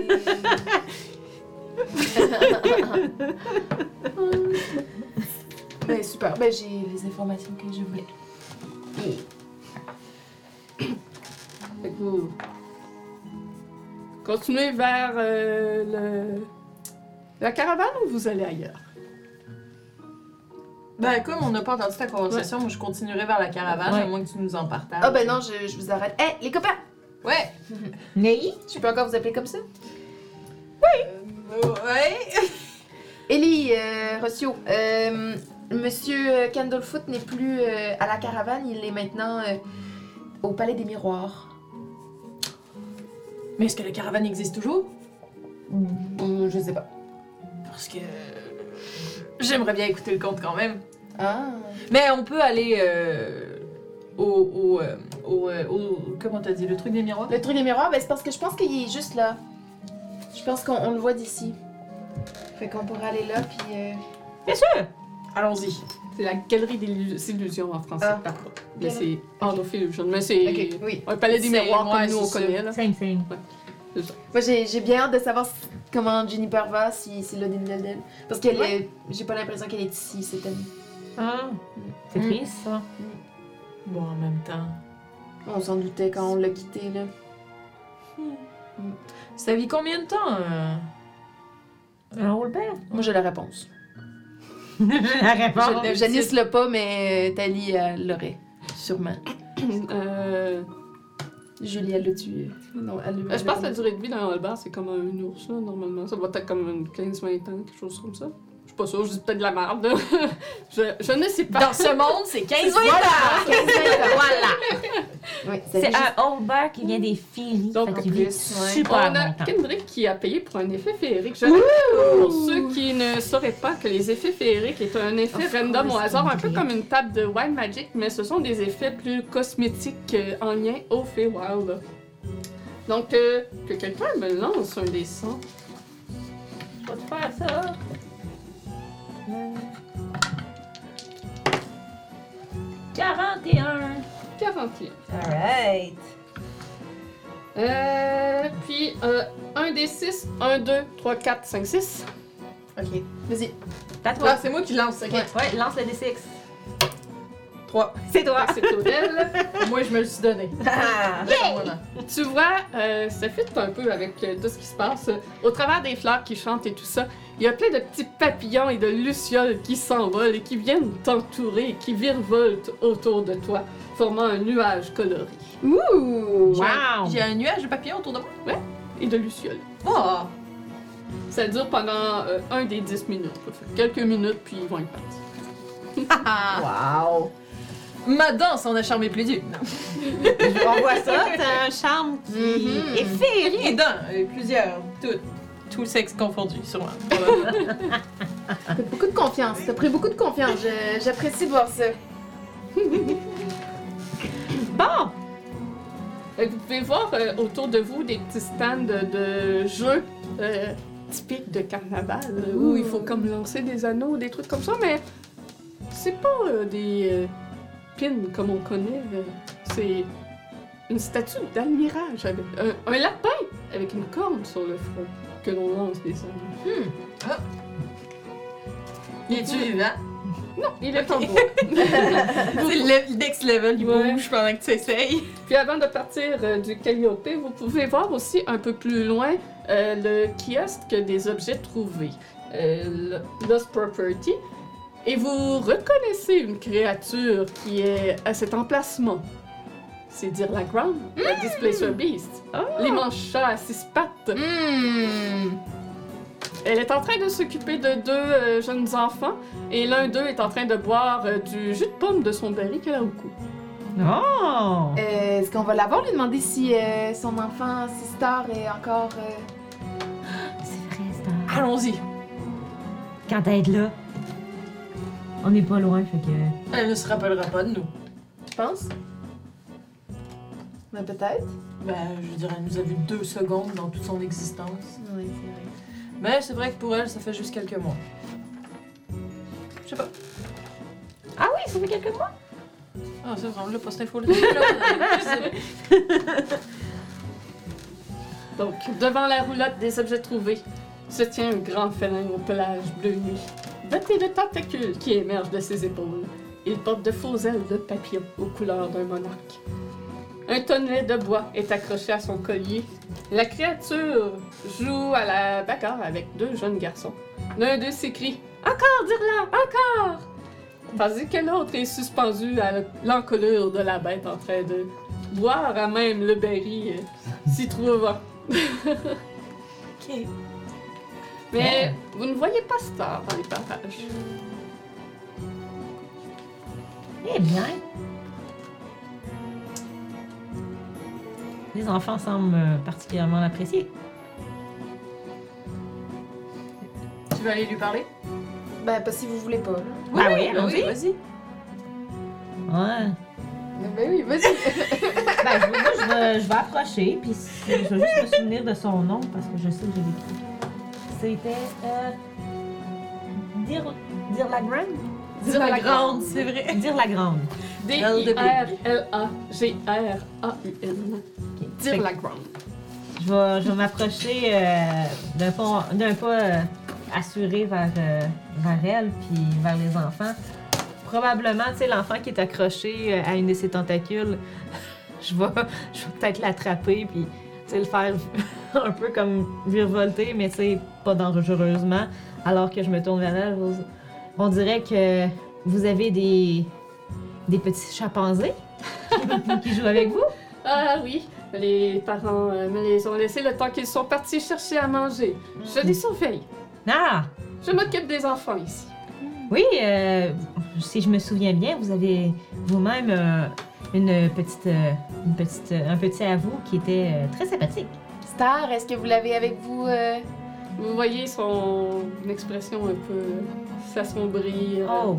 Ben super, ben j'ai les informations que je voulais.
Fait que vous continuez vers la caravane ou vous allez ailleurs?
Ben, comme on n'a pas entendu ta conversation, moi je continuerai vers la caravane,
Ouais.
à moins que tu nous en partages.
Ah ben non, je vous arrête. Hé, les copains!
Ouais!
Ney?
Je peux encore vous appeler comme ça?
Ouais!
Ellie, Rossio, Monsieur Candlefoot n'est plus à la caravane, il est maintenant au Palais des Miroirs.
Mais est-ce que la caravane existe toujours?
Je sais pas.
Parce que. J'aimerais bien écouter le conte quand même.
Ah.
Mais on peut aller au comment t'as dit, le truc des miroirs?
Le truc des miroirs, ben c'est parce que je pense qu'il est juste là. Je pense qu'on le voit d'ici. Fait qu'on pourrait aller là, puis...
Bien sûr!
Allons-y.
C'est la galerie des illusions en français,
Ah.
par contre. Mais
Galerie.
c'est Hall of Illusion. Mais c'est
Ok, oui.
un palais des
C'est-
miroirs
ouais,
comme nous on
c'est ça.
connaît, là.
Same, same.
Moi, j'ai bien hâte de savoir comment Juniper va, si c'est là d'elle. Parce qu'elle est... J'ai pas l'impression qu'elle est ici cette année.
Ah, c'est triste, ça.
Bon, en même temps.
On s'en doutait quand on l'a quitté, là.
Ça vit combien de temps?
Un Holbert?
Moi, j'ai la réponse.
La réponse.
Janice l'a pas, mais Tali, elle l'aurait. Sûrement. Julie, elle l'a tué. Non,
Je pense que la durée de vie d'un Holbert, c'est comme un ours, là, normalement. Ça doit être comme une 15-20 ans, quelque chose comme ça. Je suis pas sûre, je dis peut-être de la merde, là. je ne sais pas.
Dans ce monde, c'est 15
Voilà!
voilà!
15 voilà! Oui,
C'est un Holbert qui vient des Féeries.
Donc,
fait
en
qu'il vit
plus, ouais.
super
On a
longtemps.
Kendrick qui a payé pour un effet féerique. Pour ceux qui ne sauraient pas que les effets féeriques est un effet
Of
random au
course,
hasard, un peu
Kendrick.
comme une table de Wild Magic, mais ce sont des effets plus cosmétiques en lien au Feywild. Donc, que quelqu'un me lance un des 100.
Je vais te faire ça. 41.
41.
Alright.
Puis, 1 des 6, 1, 2, 3, 4, 5, 6.
Ok, vas-y.
T'as
Ah,
toi.
c'est moi qui lance, ok.
Ouais, lance le D6.
3.
C'est toi.
C'est Claudel.
Moi, je me le suis donné.
Ah.
Voilà.
Tu vois, ça fit un peu avec tout ce qui se passe. Au travers des fleurs qui chantent et tout ça, il y a plein de petits papillons et de lucioles qui s'envolent et qui viennent t'entourer et qui virevoltent autour de toi, formant un nuage coloré.
Ouh!
Wow.
J'ai un nuage de papillons autour de moi.
Et de lucioles.
Oh!
Ça dure pendant 1 des 10 minutes. Quoi. Fait quelques minutes, puis ils vont être partis.
Wow.
Ma danse en a charmé plus d'une.
On voit ça, t'as un charme qui
Mhm.
est féerique.
Et d'un, plusieurs, toutes. Tout sexe confondu, sûrement.
T'as beaucoup de confiance. T'as pris beaucoup de confiance. J'apprécie de voir ça.
Bon.
Fait que vous pouvez voir autour de vous des petits stands de jeux typiques de carnaval où il faut comme lancer des anneaux, des trucs comme ça, mais c'est pas pin comme on connaît. C'est une statue d'almirage avec un lapin avec une corne sur le front que l'on lance des amis.
Il est-tu vivant?
Non, il est en bois.
C'est le next level, il
Ouais.
bouge pendant que tu essayes.
Puis avant de partir du Calliope, vous pouvez voir aussi un peu plus loin le kiosque des objets trouvés, Lost Property. Et vous reconnaissez une créature qui est à cet emplacement. C'est dire la Ground, la Displacer Beast. L'immense chat à 6 pattes. Elle est en train de s'occuper de 2 jeunes enfants et l'un d'eux est en train de boire du jus de pomme de son baril qu'elle a au cou.
Oh!
Est-ce qu'on va l'avoir, lui demander si son enfant, Sister, est encore...
C'est vrai, c'est
Allons-y.
Quand elle est là, on n'est pas loin, fait que...
Elle ne se rappellera pas de nous.
Tu penses? Ben, peut-être.
Ben, je dirais, elle nous a vu 2 secondes dans toute son existence.
Oui, c'est vrai.
Mais c'est vrai que pour elle, ça fait juste quelques mois. Je sais pas.
Ah oui, ça fait quelques mois?
Ah, c'est vrai, on l'a pas cette info-là.
Donc, devant la roulotte des objets trouvés, se tient un grand félin au pelage bleu nuit, doté de tentacules qui émergent de ses épaules. Il porte de faux ailes de papillon aux couleurs d'un monarque. Un tonnelet de bois est accroché à son collier. La créature joue à la bagarre avec 2 jeunes garçons. L'un d'eux s'écrie « Encore, dire-la! Encore! » Tandis que l'autre est suspendu à l'encolure de la bête en train de boire à même le berry s'y trouvant.
Ok.
Mais vous ne voyez pas Star dans les parages.
Eh bien. Les enfants semblent particulièrement l'apprécier.
Tu veux aller lui parler?
Ben, pas si vous voulez pas, là.
Ah oui, allons-y.
vas-y.
Ouais.
Ben oui, vas-y.
Ben, moi, je vais approcher, puis je vais juste me souvenir de son nom, parce que je sais que j'ai écrit. C'était... Dire la Grande?
Dire la grande, c'est vrai.
Dire la Grande.
D-I-R-L-A-G-R-A-U-N.
Fait
Dire
que
la grande.
je vais m'approcher d'un pas assuré vers elle, puis vers les enfants. Probablement, tu sais, l'enfant qui est accroché à une de ses tentacules, je vais peut-être l'attraper, puis tu sais, le faire un peu comme virevolter, mais tu sais, pas dangereusement. Alors que je me tourne vers elle, on dirait que vous avez des petits chimpanzés qui jouent avec vous.
Ah oui, les parents me les ont laissés le temps qu'ils sont partis chercher à manger. Je les surveille.
Ah!
Je m'occupe des enfants ici.
Oui, si je me souviens bien, vous avez vous-même un petit à vous qui était très sympathique.
Star, est-ce que vous l'avez avec vous?
Vous voyez son expression un peu s'assombrir.
Oh!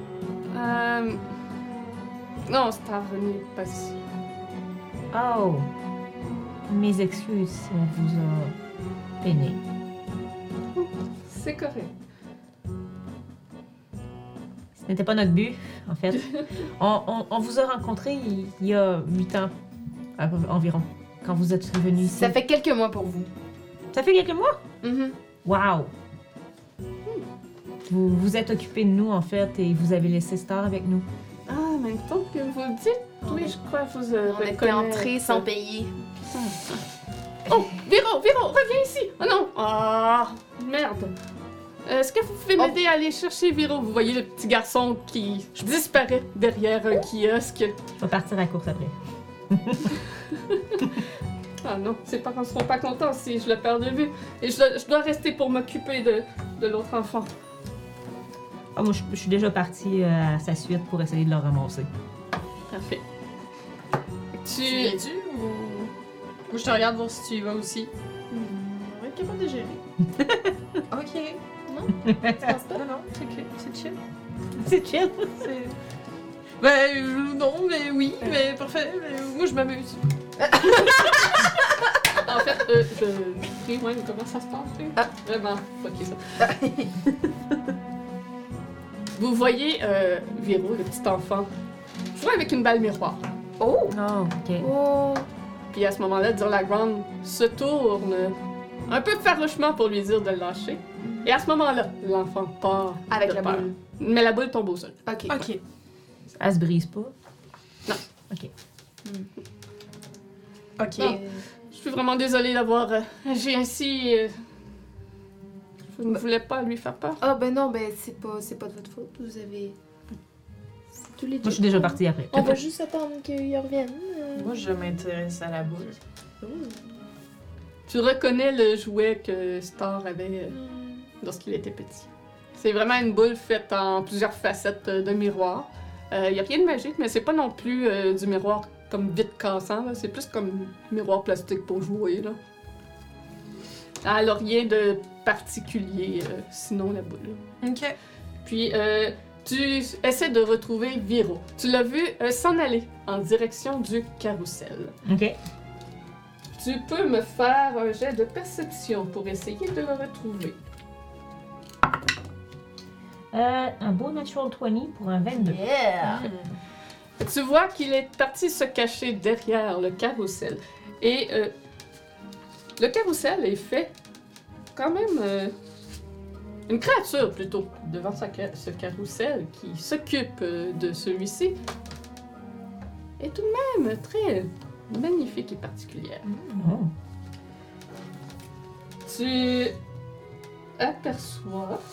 Non, Star n'est pas ici.
Oh! Mes excuses si on vous a peiné.
C'est correct.
Ce n'était pas notre but, en fait. On vous a rencontré il y a 8 ans environ, quand vous êtes venus ici.
Ça fait quelques mois pour vous.
Ça fait quelques mois?
Mhm.
Wow! Vous vous êtes occupé de nous, en fait, et vous avez laissé Star avec nous.
Ah, en même temps que vous le dites, oui, je crois que vous
On était entrés sans payer.
Oh, Viro, reviens ici! Oh non! Ah, merde! Est-ce que vous pouvez m'aider à aller chercher Viro? Vous voyez le petit garçon qui disparaît derrière un kiosque.
Je vais partir à la course après.
Ah non, ses parents ne seront pas contents si je le perds de vue. Et je dois rester pour m'occuper de l'autre enfant.
Ah, moi, je suis déjà partie à sa suite pour essayer de le ramasser.
Parfait.
Tu y es-tu ou... Moi, je te regarde voir si tu y vas aussi.
On va être capable de gérer.
Ok.
Non? Tu penses pas?
Non, non, c'est ok. C'est chill.
C'est chill.
C'est... Ben, non, mais oui, mais parfait. Mais moi, je m'amuse.
En fait, je rewind comment ça se passe.
Ah.
Vraiment, fucké ça. Vous voyez Viro, le petit enfant, jouer avec une balle miroir.
Oh!
Non, ok.
Oh!
Puis à ce moment-là, Dirlagrand se tourne un peu farouchement pour lui dire de le lâcher. Et à ce moment-là, l'enfant part
Avec
de
la
peur.
boule.
Mais la boule tombe au sol.
Ok.
Ok.
Elle se brise pas.
Ok.
Bon. Je suis vraiment désolée d'avoir agi ainsi. Je ne voulais pas lui faire peur.
Ah, ben non, ben c'est pas de votre faute. Vous avez. C'est tous les deux.
Moi, je suis déjà partie après.
On va juste attendre qu'il revienne.
Moi, je m'intéresse à la boule.
Tu reconnais le jouet que Star avait lorsqu'il était petit. C'est vraiment une boule faite en plusieurs facettes de miroir. Il n'y a rien de magique, mais c'est pas non plus du miroir comme vite cassant. là. C'est plus comme miroir plastique pour jouer. Là. Elle n'a rien de particulier, sinon la boule.
Ok.
Puis, tu essaies de retrouver Viro. Tu l'as vu s'en aller en direction du carrousel.
Ok.
Tu peux me faire un jet de perception pour essayer de le retrouver.
Un beau natural 20 pour un 22.
Yeah!
Tu vois qu'il est parti se cacher derrière le carrousel. Et le carrousel est fait quand même... une créature plutôt devant ce carrousel qui s'occupe de celui-ci est tout de même très magnifique et particulière.
Oh.
Tu aperçois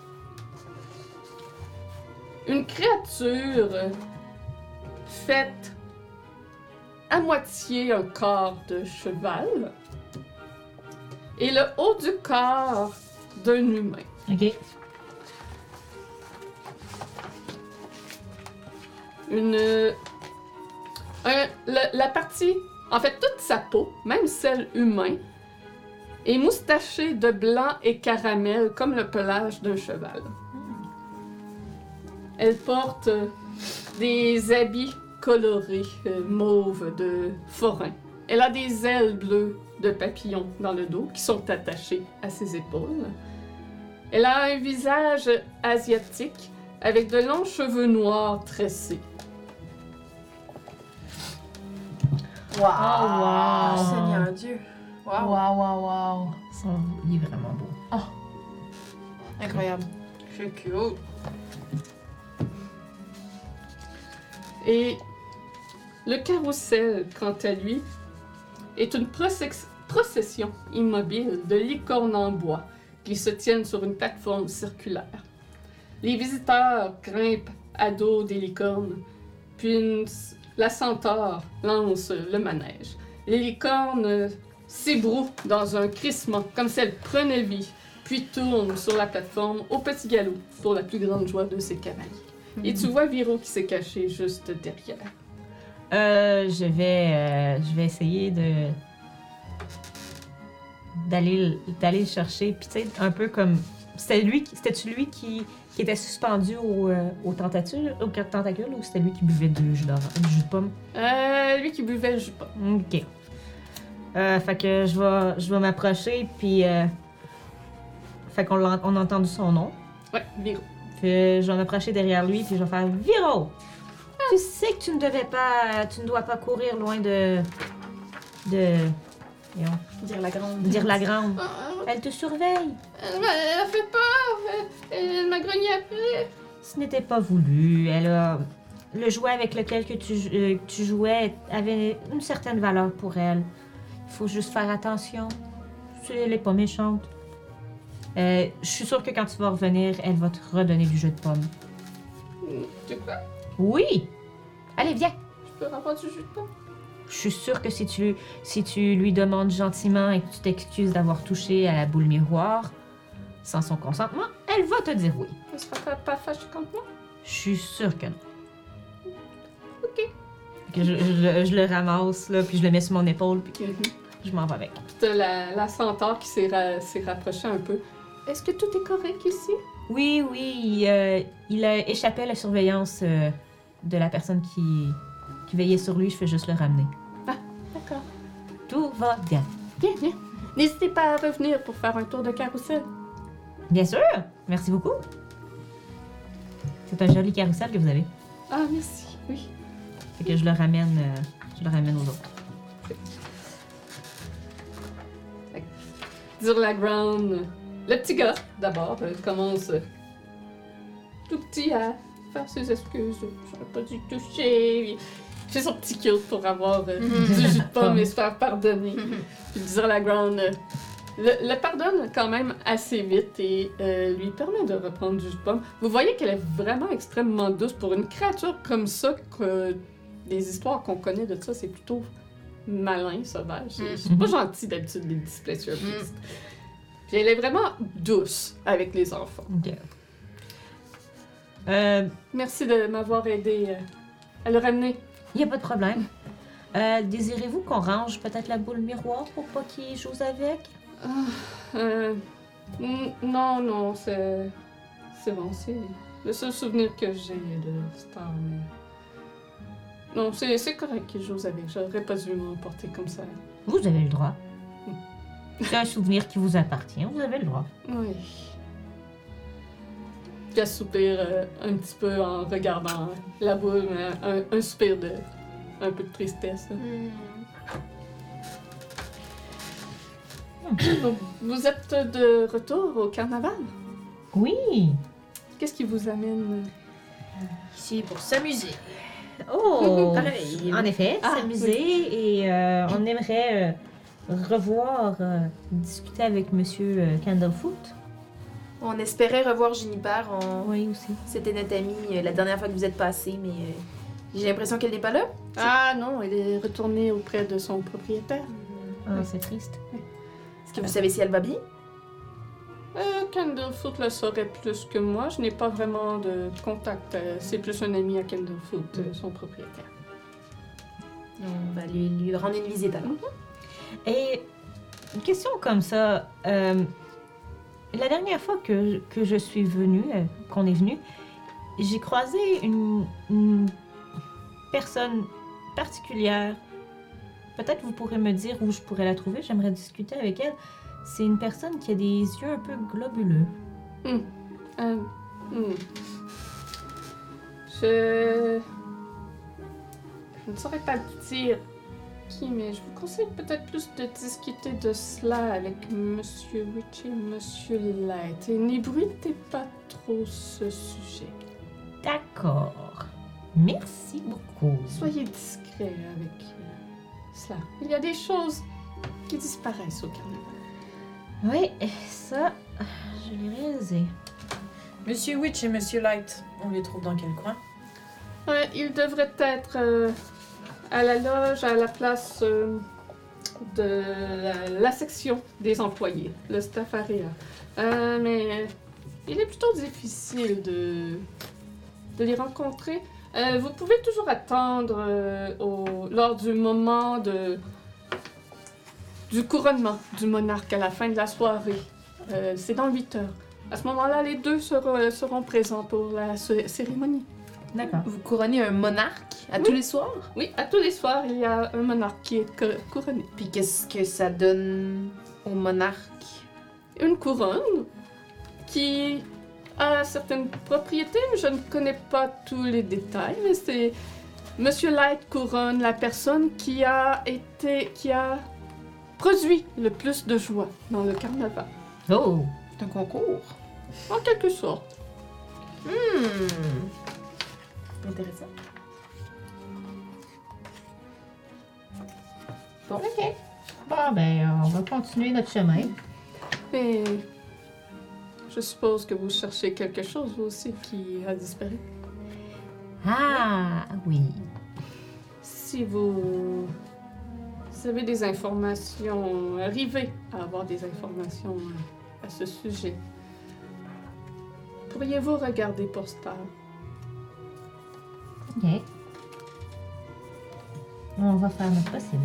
une créature faite à moitié un corps de cheval et le haut du corps d'un humain.
Ok.
La partie, en fait toute sa peau, même celle humaine, est moustachée de blanc et caramel comme le pelage d'un cheval. Elle porte des habits colorés, mauve de forain. Elle a des ailes bleues de papillon dans le dos qui sont attachées à ses épaules. Elle a un visage asiatique avec de longs cheveux noirs tressés.
Wow!
wow.
Seigneur Dieu! Wow!
Wow. Il est vraiment beau.
Incroyable.
C'est cute. Et le carrousel, quant à lui, est une procession immobile de licornes en bois qui se tiennent sur une plateforme circulaire. Les visiteurs grimpent à dos des licornes, puis la centaure lance le manège. Les licornes s'ébrouent dans un crissement, comme si elles prenaient vie, puis tournent sur la plateforme au petit galop, pour la plus grande joie de ses cavaliers. Et tu vois Viro qui s'est caché juste derrière.
Je vais essayer d'aller le chercher, puis tu sais, un peu comme c'était-tu lui qui était suspendu aux tentacules ou c'était lui qui buvait du jus de pomme?
Lui qui buvait le jus de pomme.
Ok. Fait que je vais m'approcher, puis fait qu'on on a entendu son nom.
Ouais, Viro.
Puis je vais m'approcher derrière lui, puis je vais faire Viro! Tu sais que tu ne dois pas courir loin de voyons,
Dire la grande.
dire la grande. Elle te surveille.
Elle a fait peur. Elle m'a grogné après.
Ce n'était pas voulu. Le jouet avec lequel que tu jouais avait une certaine valeur pour elle. Il faut juste faire attention. Elle est pas méchante. Je suis sûre que quand tu vas revenir, elle va te redonner du jus de pomme.
Tu crois?
Oui! Allez, viens!
Je peux avoir du jus de pomme?
Je suis sûre que si tu lui demandes gentiment et que tu t'excuses d'avoir touché à la boule miroir, sans son consentement, elle va te dire oui.
Elle sera pas fâchée contre moi?
Je suis sûre que non.
Ok.
Que je le ramasse, là, puis je le mets sur mon épaule, puis je m'en vais avec.
T'as la centaure qui s'est rapprochée un peu. Est-ce que tout est correct ici?
Oui, il a échappé à la surveillance de la personne qui veillait sur lui. Je fais juste le ramener.
Ah, d'accord.
Tout va bien.
Bien. N'hésitez pas à revenir pour faire un tour de carrousel.
Bien sûr! Merci beaucoup. C'est un joli carrousel que vous avez.
Ah, merci. Oui.
Fait que je le ramène aux autres.
Dire la ground. Le petit gars, d'abord, commence tout petit à faire ses excuses. J'aurais pas dû toucher. Il fait son petit cute pour avoir du jus de pomme et se faire pardonner. Puis dire la ground le pardonne quand même assez vite et lui permet de reprendre du jus de pomme. Vous voyez qu'elle est vraiment extrêmement douce pour une créature comme ça, que les histoires qu'on connaît de ça, c'est plutôt malin, sauvage. C'est pas gentil d'habitude, les Displacer Beasts. Puis elle est vraiment douce avec les enfants.
Ok.
Merci de m'avoir aidé à le ramener.
Il n'y a pas de problème. Désirez-vous qu'on range peut-être la boule miroir pour pas qu'il joue avec?
Non, c'est bon, c'est le seul souvenir que j'ai de Star. Mais... Non, c'est correct qu'il joue avec. J'aurais pas dû m'emporter comme ça.
Vous avez le droit. C'est un souvenir qui vous appartient, vous avez le droit.
Oui. Puis elle soupire un petit peu en regardant la boule, mais un soupir de... un peu de tristesse. Donc, vous êtes de retour au carnaval?
Oui!
Qu'est-ce qui vous amène?
Ici pour s'amuser.
Oh!
Pareil.
En effet,
Ah,
s'amuser et on aimerait revoir, discuter avec Monsieur Candlefoot.
On espérait revoir Juniper.
Oui, aussi.
C'était notre amie la dernière fois que vous êtes passé, mais j'ai l'impression qu'elle n'est pas là.
Ah non, elle est retournée auprès de son propriétaire.
Ah, c'est triste.
Est-ce que vous savez si elle va bien?
Candlefoot le saurait plus que moi. Je n'ai pas vraiment de contact. C'est plus un ami à Candlefoot, son propriétaire.
On va lui rendre une visite alors.
Et une question comme ça, la dernière fois que je suis venue, qu'on est venu, j'ai croisé une personne particulière. Peut-être vous pourrez me dire où je pourrais la trouver, j'aimerais discuter avec elle. C'est une personne qui a des yeux un peu globuleux.
Je ne saurais pas dire qui, mais je vous conseille peut-être plus de discuter de cela avec Monsieur Witch et Monsieur Light. Et n'ébruitez pas trop ce sujet.
D'accord. Merci beaucoup.
Soyez discret avec cela. Il y a des choses qui disparaissent au carnaval.
Oui, ça, je l'ai réalisé.
Monsieur Witch et Monsieur Light, on les trouve dans quel coin?
Ils devraient être à la loge, à la place de la section des employés, le staff area. Mais il est plutôt difficile de les rencontrer. Vous pouvez toujours attendre lors du moment du couronnement du monarque à la fin de la soirée. C'est dans 8 heures. À ce moment-là, les deux seront présents pour la cérémonie.
D'accord.
Vous couronnez un monarque à tous les soirs?
Oui, à tous les soirs, il y a un monarque qui est couronné.
Puis qu'est-ce que ça donne au monarque?
Une couronne qui a certaines propriétés, mais je ne connais pas tous les détails, mais c'est Monsieur Light couronne la personne qui a produit le plus de joie dans le carnaval.
Oh!
C'est un concours.
En quelque sorte.
Intéressant.
Bon, ok. Bon, ben, on va continuer notre chemin.
Et je suppose que vous cherchez quelque chose, vous aussi, qui a disparu.
Ah, oui.
Si vous avez des informations, arrivez à avoir des informations à ce sujet, pourriez-vous regarder pour Star?
Ok. On va faire notre possible.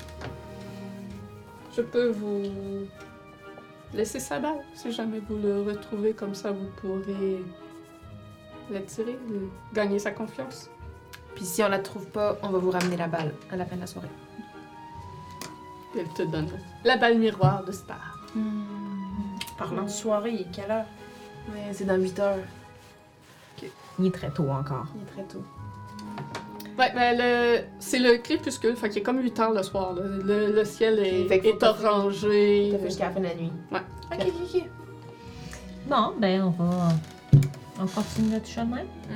Je peux vous laisser sa balle. Si jamais vous le retrouvez comme ça, vous pourrez l'attirer, gagner sa confiance.
Puis si on la trouve pas, on va vous ramener la balle à la fin de la soirée.
Elle te donne la balle miroir de Star.
Parlant de soirée, quelle heure?
Ouais, c'est dans 8 heures.
Il est très tôt encore.
Il est très tôt.
Ouais, ben c'est le crépuscule, fait qu'il est comme 8 heures le soir. Là. Le ciel
Fait qu'il faut
est
pas
orangé.
Ça fait jusqu'à la fin de la nuit.
Ok.
Bon, ben, on continue notre chemin.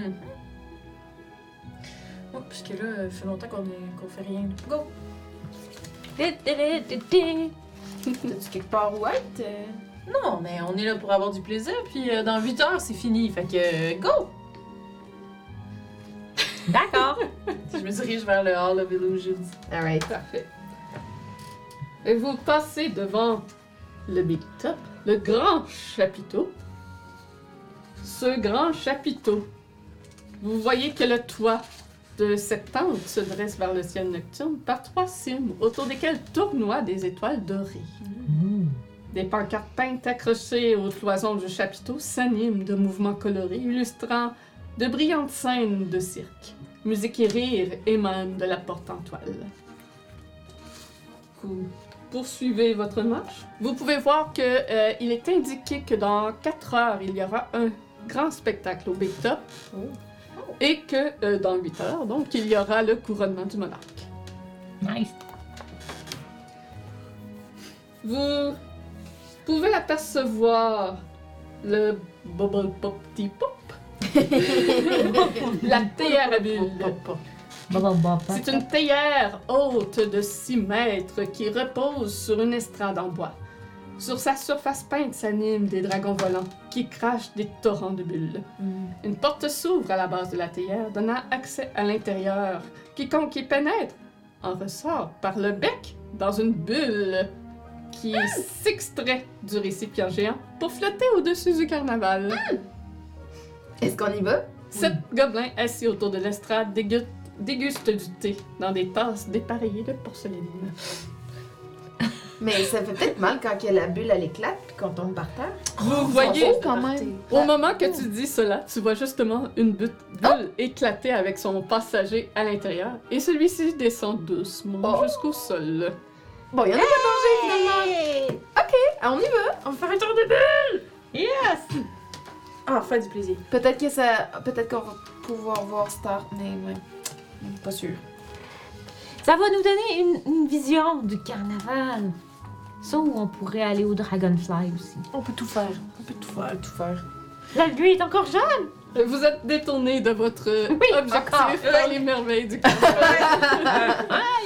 Ouais, parce que là, ça fait longtemps qu'on fait rien. Go!
T'as-tu quelque part où être?
Non, mais on est là pour avoir du plaisir, puis dans 8 heures, c'est fini. Fait que, go!
D'accord.
Je me dirige vers le Hall of Illusions.
Alright.
Parfait. Et vous passez devant le Big Top, le grand chapiteau. Ce grand chapiteau, vous voyez que le toit de cette tente se dresse vers le ciel nocturne par 3 cimes autour desquelles tournoient des étoiles dorées. Des pancartes peintes accrochées aux cloisons du chapiteau s'animent de mouvements colorés illustrant de brillantes scènes de cirque. Musique et rire émanent de la porte en toile. Vous poursuivez votre marche. Vous pouvez voir que il est indiqué que dans 4 heures, il y aura un grand spectacle au Big Top. Et que dans 8 heures, donc, il y aura le couronnement du monarque.
Nice.
Vous pouvez apercevoir le Bubble Pop Tea Pop. La théière à bulles. C'est une théière haute de 6 mètres qui repose sur une estrade en bois. Sur sa surface peinte s'animent des dragons volants qui crachent des torrents de bulles. Une porte s'ouvre à la base de la théière, donnant accès à l'intérieur. Quiconque y pénètre en ressort par le bec dans une bulle qui s'extrait du récipient géant pour flotter au-dessus du carnaval.
Est-ce qu'on y va?
7 gobelins assis autour de l'estrade dégustent du thé dans des tasses dépareillées de porcelaine.
Mais ça fait peut-être mal quand que la bulle elle éclate puis qu'on tombe par terre.
Vous voyez,
quand même.
au moment que tu dis cela, tu vois justement une bulle éclater avec son passager à l'intérieur et celui-ci descend doucement jusqu'au sol.
Bon, il y en a pas danger finalement. Ok, on y va.
On va faire un tour de bulle!
Yes!
Ah, faire du plaisir.
Peut-être qu'on va pouvoir voir Star, mais ouais. Pas sûr.
Ça va nous donner une vision du carnaval. Ça où on pourrait aller au Dragonfly aussi.
On peut tout faire. On peut tout faire. Tout faire.
La nuit est encore jeune!
Vous êtes détourné de votre
encore.
objectif par les merveilles du carnaval.